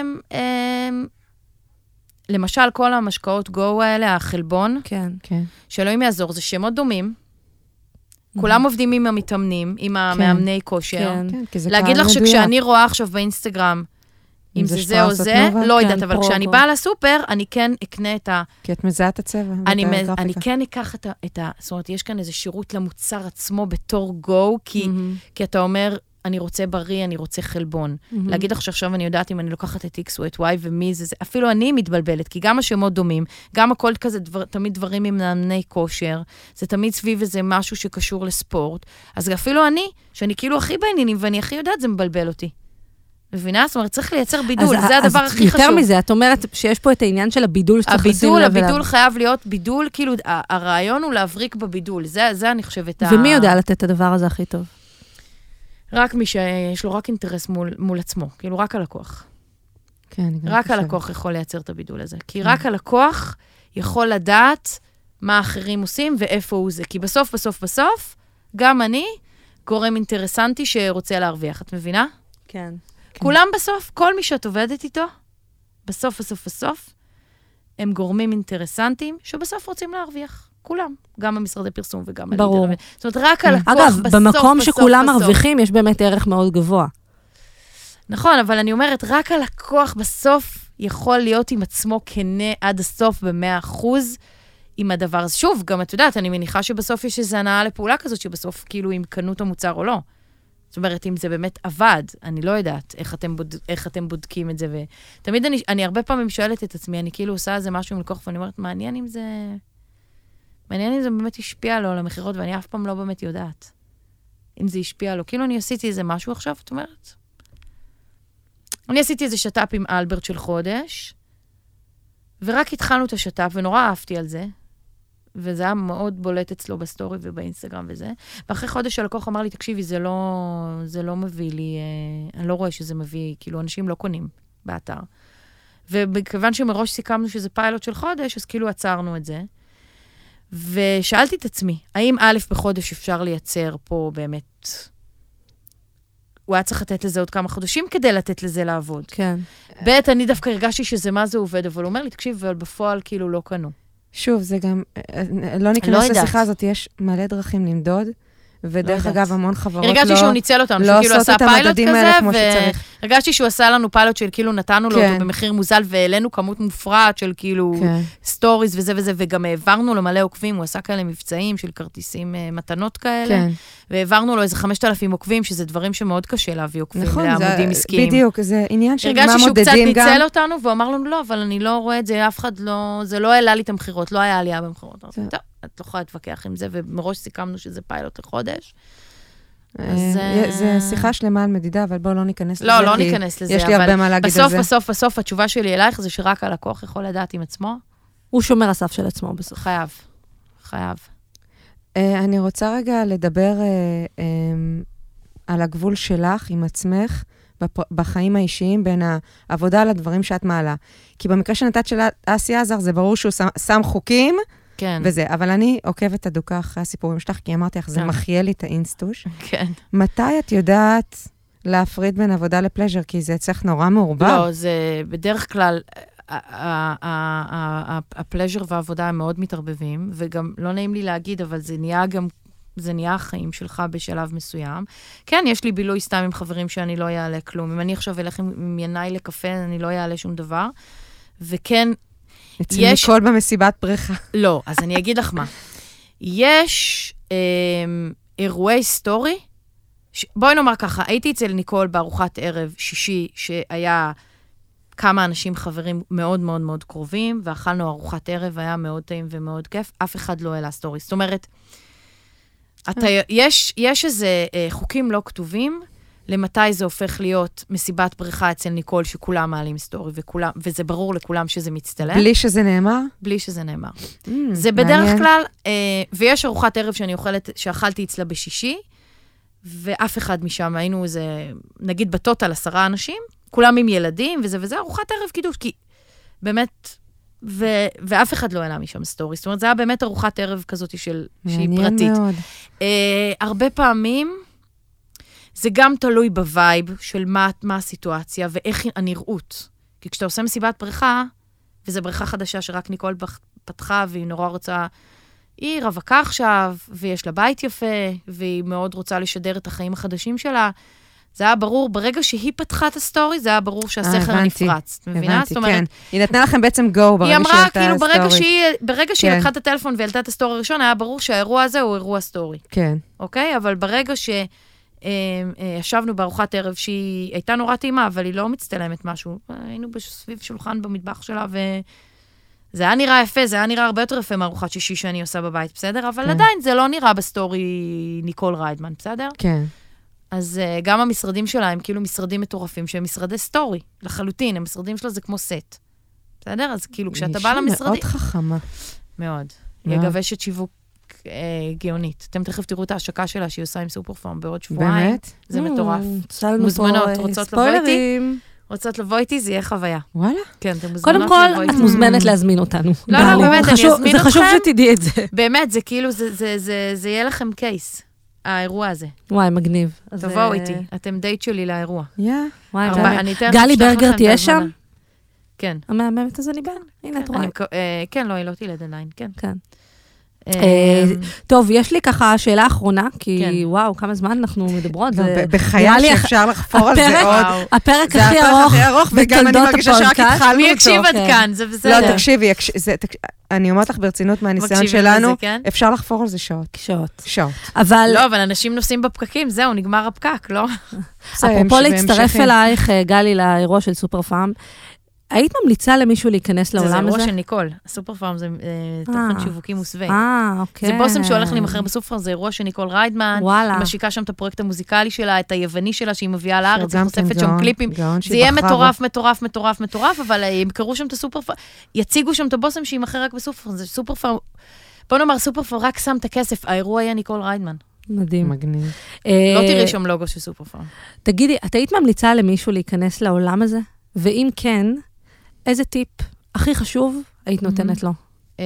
למשל, כל המשקאות גו האלה, החלבון, כן, כן. שאלוהים יעזור, זה שמות דומים, כולם עובדים עם המתאמנים, עם המאמני כושר. להגיד לך שכשאני רואה עכשיו באינסטגרם, אם זה זה או זה, לא יודעת, אבל כשאני באה לסופר, אני כן אקנה את ה... כי את מזהה את הצבע. אני כן אקח את ה... זאת אומרת, יש כאן איזה שירות למוצר עצמו בתור גו, כי אתה אומר, אני רוצה בריא, אני רוצה חלבון. להגיד לך שעכשיו אני יודעת אם אני לוקחת את X או את Y ומי זה, אפילו אני מתבלבלת, כי גם השמות דומים, גם הכל כזה תמיד דברים עם מאמני כושר, זה תמיד סביב איזה משהו שקשור לספורט, אז אפילו אני, שאני כאילו הכי בעניינים, ואני הכי יודעת, זה מבלבל אותי. מבינה? זאת אומרת, צריך לייצר בידול, זה הדבר הכי חשוב. יותר מזה, את אומרת שיש פה את העניין של הבידול שצריך לשים לב אליו. הבידול חייב להיות בידול, כאילו, הרעיון הוא להבריק בבידול, זה אני חושבת. ומי יודע לתת את הדבר הזה הכי טוב? רק מי שיש לו רק אינטרס מול, מול עצמו, כאילו רק הלקוח. כן, רק הלקוח יכול לייצר את הבידול הזה. כי רק הלקוח יכול לדעת מה האחרים עושים ואיפה הוא זה. כי בסוף, בסוף, בסוף, גם אני גורם אינטרסנטי שרוצה להרוויח. את מבינה? כן. כולם בסוף, כל מי שאת עובדת איתו, בסוף, בסוף, בסוף, הם גורמים אינטרסנטיים שבסוף רוצים להרוויח. כולם, גם המשרדי פרסום וגם על ברור. אינטרנט. זאת אומרת, רק הלקוח אגב, בסוף, במקום בסוף, שכולם בסוף. מרוויחים, יש באמת ערך מאוד גבוה. נכון, אבל אני אומרת, רק הלקוח בסוף יכול להיות עם עצמו כנה עד הסוף ב-מאה אחוז עם הדבר הזה. שוב, גם את יודעת, אני מניחה שבסוף יש איזו הנאה לפעולה כזאת, שבסוף כאילו אם קנו את המוצר או לא. זאת אומרת, אם זה באמת עבד, אני לא יודעת איך אתם, בוד... איך אתם בודקים את זה. ותמיד אני, אני הרבה פעמים שואלת את עצמי, אני כאילו עושה איזה משהו עם לקוח, ואני אומרת, מעניין אם זה... מעניין אם זה באמת השפיע לו על המחירות, ואני אף פעם לא באמת יודעת אם זה השפיע לו. כאילו אני עשיתי איזה משהו עכשיו, את אומרת? אני עשיתי איזה שטאפ עם אלברט של חודש, ורק התחלנו את השטאפ, ונורא אהבתי על זה, וזה היה מאוד בולט אצלו בסטורי ובאינסטגרם וזה. ואחרי חודש הלקוח אמר לי, תקשיבי, זה לא, זה לא מביא לי, אה, אני לא רואה שזה מביא, כאילו אנשים לא קונים באתר. ובכיוון שמראש סיכמנו שזה פיילוט של חודש, אז כאילו עצרנו את זה. ושאלתי את עצמי, האם א' בחודש אפשר לייצר פה באמת... הוא היה צריך לתת לזה עוד כמה חודשים כדי לתת לזה לעבוד. כן. ב' אני דווקא הרגשתי שזה מה זה עובד, אבל הוא אומר לי, תקשיב, אבל בפועל כאילו לא קנו. שוב, זה גם, לא ניכנס לשיחה הזאת, יש מלא דרכים למדוד, ודרך אגב, המון חברות לא... הרגשתי שהוא ניצל אותנו, שהוא כאילו עשה פיילוט כזה, והרגשתי שהוא עשה לנו פיילוט של כאילו נתנו לו אותו במחיר מוזל, והעלינו כמות מופרעת של כאילו סטוריז וזה וזה, וגם העברנו לו מלא עוקבים, הוא עשה כאלה מבצעים של כרטיסים מתנות כאלה, והעברנו לו איזה חמשת אלפים עוקבים, שזה דברים שמאוד קשה להביא עוקבים לעמודים עסקיים. בדיוק, זה עניין של מה מודדים גם. הרגשתי שהוא קצת ניצל אותנו, והוא אמר לנו, לא, אבל אני לא רואה את זה, אף אחד לא, זה לא העלה לי את המחירות, לא היה עלייה במחירות. טוב, את לא יכולה להתווכח עם זה, ומראש סיכמנו שזה פיילוט לחודש. זה שיחה שלמה על מדידה, אבל בואו לא ניכנס לזה. לא, לא ניכנס לזה, יש לי הרבה מה להגיד על זה. בסוף, בסוף, בסוף, התשובה שלי אלייך זה שרק הלקוח יכול לדעת עם עצמו. הוא שומר הסף של עצמו בסוף. חייב, חייב. אני רוצה רגע לדבר על הגבול שלך עם עצמך, בחיים האישיים, בין העבודה לדברים שאת מעלה. כי במקרה שנתת של אסי עזר, זה ברור שהוא שם חוקים, כן. וזה, אבל אני עוקבת אדוקה אחרי הסיפורים שלך, כי אמרתי לך, זה מחיה לי את האינסטוש. כן. מתי את יודעת להפריד בין עבודה לפלז'ר? כי זה צריך נורא מעורבב. לא, זה בדרך כלל, הפלז'ר והעבודה הם מאוד מתערבבים, וגם לא נעים לי להגיד, אבל זה נהיה גם, זה נהיה החיים שלך בשלב מסוים. כן, יש לי בילוי סתם עם חברים שאני לא יעלה כלום. אם אני עכשיו אלך עם ינאי לקפה, אני לא יעלה שום דבר. וכן, אצל ניקול במסיבת פריחה. לא, אז אני אגיד לך מה. יש אה, אירועי סטורי, ש... בואי נאמר ככה, הייתי אצל ניקול בארוחת ערב שישי, שהיה כמה אנשים חברים מאוד מאוד מאוד קרובים, ואכלנו ארוחת ערב, היה מאוד טעים ומאוד כיף, אף אחד לא העלה סטורי. זאת אומרת, אתה, יש, יש איזה אה, חוקים לא כתובים, למתי זה הופך להיות מסיבת בריכה אצל ניקול, שכולם מעלים סטורי, וכולם, וזה ברור לכולם שזה מצטלם. בלי שזה נאמר? בלי שזה נאמר. Mm, זה בדרך מעניין. כלל, אה, ויש ארוחת ערב שאני אוכלת, שאכלתי אצלה בשישי, ואף אחד משם, היינו איזה, נגיד בטוטל עשרה אנשים, כולם עם ילדים, וזה וזה, ארוחת ערב קידוש, כי באמת, ו, ואף אחד לא העלה משם סטורי. זאת אומרת, זה היה באמת ארוחת ערב כזאת של, שהיא פרטית. מאוד. אה, הרבה פעמים, זה גם תלוי בווייב של מה, מה הסיטואציה ואיך הנראות. כי כשאתה עושה מסיבת בריכה, וזו בריכה חדשה שרק ניקול פתחה, והיא נורא רוצה, היא רווקה עכשיו, ויש לה בית יפה, והיא מאוד רוצה לשדר את החיים החדשים שלה. זה היה ברור, ברגע שהיא פתחה את הסטורי, זה היה ברור שהסכר נפרץ. מבינה? זאת אומרת, כן. היא נתנה לכם בעצם גו ברגע שהיא הייתה הסטורי. היא אמרה, כאילו, ברגע שהיא, ברגע שהיא לקחה את הטלפון והעלתה את הסטורי הראשון, היה ברור שהאירוע הזה הוא אירוע סטורי. כן. אוקיי? אבל ברגע ש... ישבנו בארוחת ערב שהיא הייתה נורא טעימה, אבל היא לא מצטלמת משהו. היינו סביב שולחן במטבח שלה, וזה היה נראה יפה, זה היה נראה הרבה יותר יפה מארוחת שישי שאני עושה בבית, בסדר? אבל עדיין זה לא נראה בסטורי ניקול ריידמן, בסדר? כן. אז גם המשרדים שלה הם כאילו משרדים מטורפים, שהם משרדי סטורי, לחלוטין, המשרדים שלה זה כמו סט. בסדר? אז כאילו כשאתה בא למשרדים... מאוד חכמה. מאוד. היא גבשת שיווק גאונית. אתם תכף תראו את ההשקה שלה שהיא עושה עם סופרפארם בעוד שבועיים. באמת? זה מטורף. מוזמנות, רוצות לבוא איתי? רוצות לבוא איתי, זה יהיה חוויה. וואלה? כן, אתם מוזמנות לבוא איתי. קודם כל, את מוזמנת להזמין אותנו. לא, לא, באמת, אני אזמין אתכם. זה חשוב שתדעי את זה. באמת, זה כאילו, זה יהיה לכם קייס, האירוע הזה. וואי, מגניב. תבואו איתי, אתם דייט שלי לאירוע. יא. גלי ברגר תהיה שם? כן. המאממת הזו ניבן? הנה, את רואה. כן, לא, היא לא תלד עדיין, כן. כן. טוב, יש לי ככה שאלה אחרונה, כי וואו, כמה זמן אנחנו מדברות. בחייה שאפשר לחפור על זה עוד. הפרק הכי ארוך וגם אני מרגישה שרק התחלנו אותו. מי יקשיב עד כאן, זה בסדר. לא, תקשיבי, אני אומרת לך ברצינות מהניסיון שלנו, אפשר לחפור על זה שעות. שעות. שעות. לא, אבל אנשים נוסעים בפקקים, זהו, נגמר הפקק, לא? אפרופו להצטרף אלייך, גלי, לאירוע של סופר פארם, היית ממליצה למישהו להיכנס לעולם הזה? זה אירוע של ניקול. הסופר פארם זה תוכן שיווקי מוסווה. אה, אוקיי. זה בושם שהולך להימחר בסופר פארם, זה אירוע של ניקול ריידמן. וואלה. היא משיקה שם את הפרויקט המוזיקלי שלה, את היווני שלה, שהיא מביאה לארץ, היא חושפת שם קליפים. זה יהיה מטורף, מטורף, מטורף, מטורף, אבל ימכרו שם את הסופר פארם, יציגו שם את הבושם שימחר רק בסופר פארם. זה סופר פארם, בוא נאמר, סופר פארם רק שם את הכסף, האירוע יהיה ניקול ריידמן. מדהים. מגניב. לא תראי שם לוגו של סופר פארם. תגידי, את היית ממליצה למישהו להיכנס לעולם הזה? ואם כן, איזה טיפ הכי חשוב היית נותנת לו?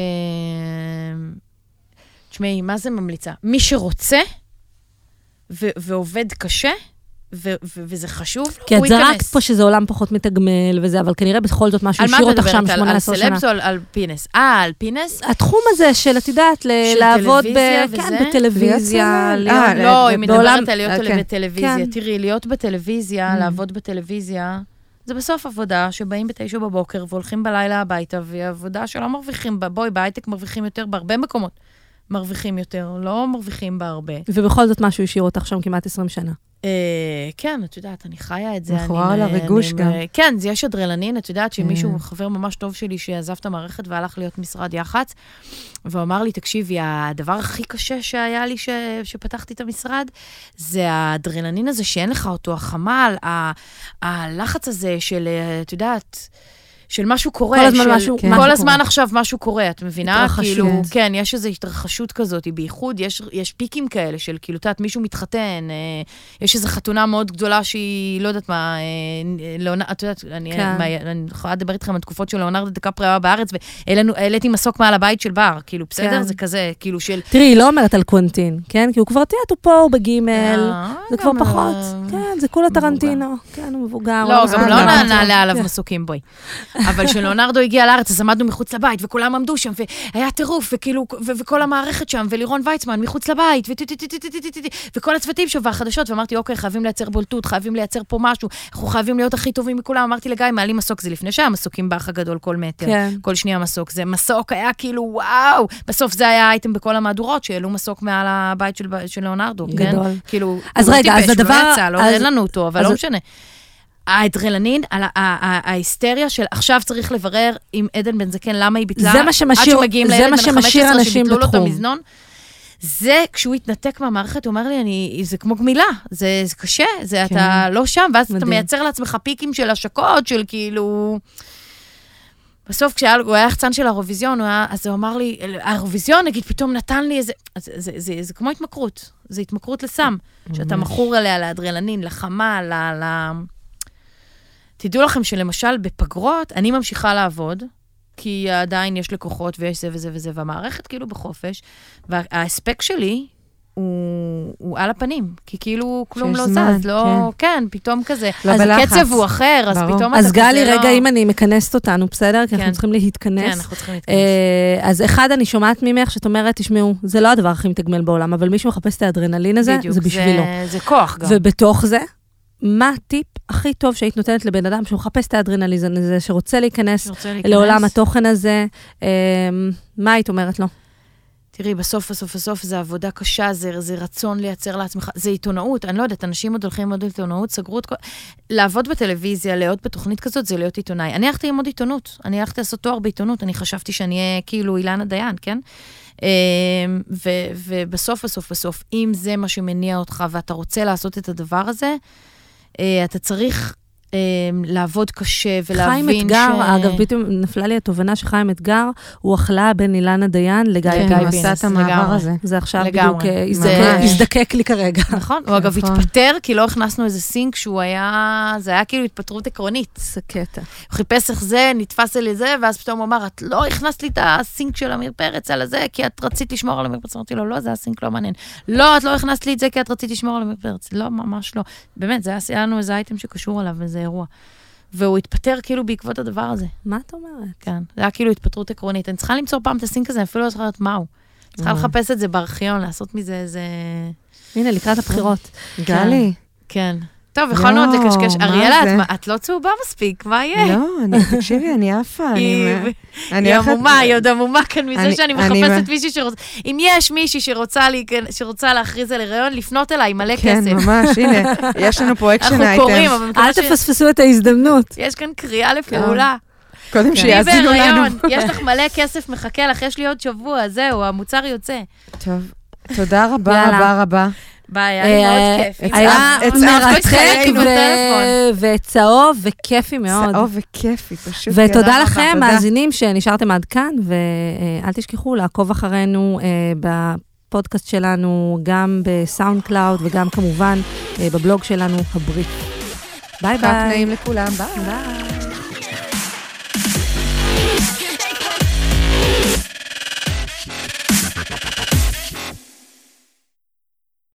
תשמעי, מה זה ממליצה? מי שרוצה ועובד קשה, וזה חשוב, הוא ייכנס. כי את זרקת פה שזה עולם פחות מתגמל וזה, אבל כנראה בכל זאת משהו השאיר אותך שם שמונה עשרה שנה. על סלבס או על פינס? אה, על פינס? התחום הזה של, את יודעת, לעבוד בטלוויזיה. לא, היא מדברת על להיות בטלוויזיה. תראי, להיות בטלוויזיה, לעבוד בטלוויזיה, זה בסוף עבודה שבאים בתשע בבוקר והולכים בלילה הביתה, ועבודה שלא מרוויחים בה, בואי, בהייטק מרוויחים יותר, בהרבה מקומות מרוויחים יותר, לא מרוויחים בה הרבה. ובכל זאת משהו השאיר אותך שם כמעט עשרים שנה. כן, את יודעת, אני חיה את זה. מכורה על הריגוש גם. כן, זה יש אדרלנין, את יודעת שמישהו, חבר ממש טוב שלי, שעזב את המערכת והלך להיות משרד יח"צ, והוא אמר לי, תקשיבי, הדבר הכי קשה שהיה לי שפתחתי את המשרד, זה האדרלנין הזה שאין לך אותו, החמל, הלחץ הזה של, את יודעת, של משהו קורה. כל הזמן משהו קורה. כל הזמן עכשיו משהו קורה, את מבינה? כאילו, כן, יש איזו התרחשות כזאת, בייחוד, יש פיקים כאלה של, כאילו, את יודעת, מישהו מתחתן, יש איזו חתונה מאוד גדולה שהיא, לא יודעת מה, את יודעת, אני יכולה לדבר איתכם על תקופות של ליאונרדו דיקפריו היה בארץ, והעליתי מסוק מעל הבית של בר, כאילו, בסדר? זה כזה, כאילו של... תראי, היא לא אומרת על קוונטין, כן? כי הוא כבר, תהיה, הוא פה, הוא בגימל, זה כבר פחות, כן, זה כולה טרנטינו, כן, הוא מבוגר. לא, גם לא נעלה עליו מסוקים, בואי. אבל כשלאונרדו הגיע לארץ, אז עמדנו מחוץ לבית, וכולם עמדו שם, והיה טירוף, וכאילו, וכל המערכת שם, ולירון ויצמן מחוץ לבית, וכל הצוותים שם, והחדשות, ואמרתי, אוקיי, חייבים לייצר בולטות, חייבים לייצר פה משהו, אנחנו חייבים להיות הכי טובים מכולם. אמרתי לגיא, מעלים מסוק, זה לפני שהיה מסוקים באח הגדול כל מטר, כל שנייה מסוק. זה מסוק היה כאילו, וואו, בסוף זה היה אייטם בכל המהדורות, שהעלו מסוק מעל הבית של לאונרדו, כן? כאילו, אז רגע, אז הדבר... לא אין לנו אותו, אבל לא משנה. האדרנלין, ההיסטריה של עכשיו צריך לברר עם עדן בן זקן, למה היא ביטלה, עד שמגיעים לילד בן חמש עשרה שביטלו לו את המזנון. זה, כשהוא התנתק מהמערכת, הוא אומר לי, אני, זה כמו גמילה, זה, זה קשה, זה כן. אתה לא שם, ואז מדהים. אתה מייצר לעצמך פיקים של השקות, של כאילו... בסוף, כשהוא היה יחצן של האירוויזיון, אז הוא אמר לי, האירוויזיון, נגיד, פתאום נתן לי איזה... זה, זה, זה, זה כמו התמכרות, זה התמכרות לסם, שאתה מכור עליה לאדרנלין, לחמה, ל... ל... תדעו לכם שלמשל בפגרות, אני ממשיכה לעבוד, כי עדיין יש לקוחות ויש זה וזה וזה, והמערכת כאילו בחופש, והאספק שלי הוא, הוא על הפנים, כי כאילו כלום לא זמן, זז, לא, כן, כן פתאום כזה. לא אז בלחץ. הקצב הוא אחר, אז ברור. פתאום אז גלי, רגע, לא... אם אני מכנסת אותנו, בסדר? כי כן. אנחנו צריכים להתכנס. כן, אנחנו צריכים להתכנס. אז אחד, אני שומעת ממך שאת אומרת, תשמעו, זה לא הדבר הכי מתגמל בעולם, אבל מישהו מחפש את האדרנלין הזה, בדיוק, זה בשבילו. זה, זה כוח גם. ובתוך זה, מה הטיפ הכי טוב שהיית נותנת לבן אדם שהוא מחפש את האדרנליזם הזה, שרוצה להיכנס, שרוצה להיכנס. לעולם התוכן הזה, מה היית אומרת לו? תראי, בסוף, בסוף, בסוף, זה עבודה קשה, זה, זה רצון לייצר לעצמך, זה עיתונאות, אני לא יודעת, אנשים עוד הולכים ללמוד עיתונאות, סגרו את כל... לעבוד בטלוויזיה, להיות בתוכנית כזאת, זה להיות עיתונאי. אני הלכתי ללמוד עיתונות, אני הלכתי לעשות תואר בעיתונות, אני חשבתי שאני אהיה כאילו אילנה דיין, כן? ו- ובסוף, בסוף, בסוף, אם זה מה שמניע אותך, ואתה רוצה לעשות את הדבר הזה, אתה צריך לעבוד קשה ולהבין חיים אתגר, אגב, פתאום נפלה לי התובנה שחיים אתגר, הוא אכלה בין אילנה דיין לגיא בינס. כן, עשה את המעבר הזה. זה עכשיו בדיוק הזדקק לי כרגע. נכון, הוא אגב התפטר, כי לא הכנסנו איזה סינק שהוא היה, זה היה כאילו התפטרות עקרונית. זה קטע. הוא חיפש איך זה, נתפס אלי זה, ואז פתאום הוא אמר, את לא הכנסת לי את הסינק של אמיר פרץ על הזה, כי את רצית לשמור על אמיר פרץ. אמרתי לו, לא, זה הסינק לא מעניין. לא, את לא הכנסת לי את זה, כי את רצית לשמור על אמיר פרץ. לא, ממש לא. באמת, זה היה לנו איזה אייטם שקשור עליו, וזה אירוע. והוא התפטר כאילו בעקבות הדבר הזה. מה את אומרת? כן, זה היה כאילו התפטרות עקרונית. אני צריכה למצוא פעם את הסינק הזה, אפילו לא צריכה לדעת מהו. צריכה לחפש את זה בארכיון, לעשות מזה איזה... הנה, לקראת הבחירות. גלי. כן. טוב, יכולנו עוד לקשקש. אריאלה, את לא צהובה מספיק, מה יהיה? לא, תקשיבי, אני עפה. היא עמומה, היא עוד עמומה כאן מזה שאני מחפשת מישהי שרוצה... אם יש מישהי שרוצה להכריז על הריון, לפנות אליי, מלא כסף. כן, ממש, הנה, יש לנו פה אקשן אייטם. אנחנו קוראים, אבל... אל תפספסו את ההזדמנות. יש כאן קריאה לפעולה. קודם שיאזינו לנו. יש לך מלא כסף מחכה לך, יש לי עוד שבוע, זהו, המוצר יוצא. טוב, תודה רבה, רבה, רבה. ביי, היה לי מאוד כיף. היה מרתק וצהוב וכיפי מאוד. צהוב וכיפי, פשוט. ותודה לכם, מאזינים שנשארתם עד כאן, ואל תשכחו לעקוב אחרינו בפודקאסט שלנו, גם בסאונד קלאוד, וגם כמובן בבלוג שלנו, הברית. ביי ביי. נעים לכולם, ביי. ביי.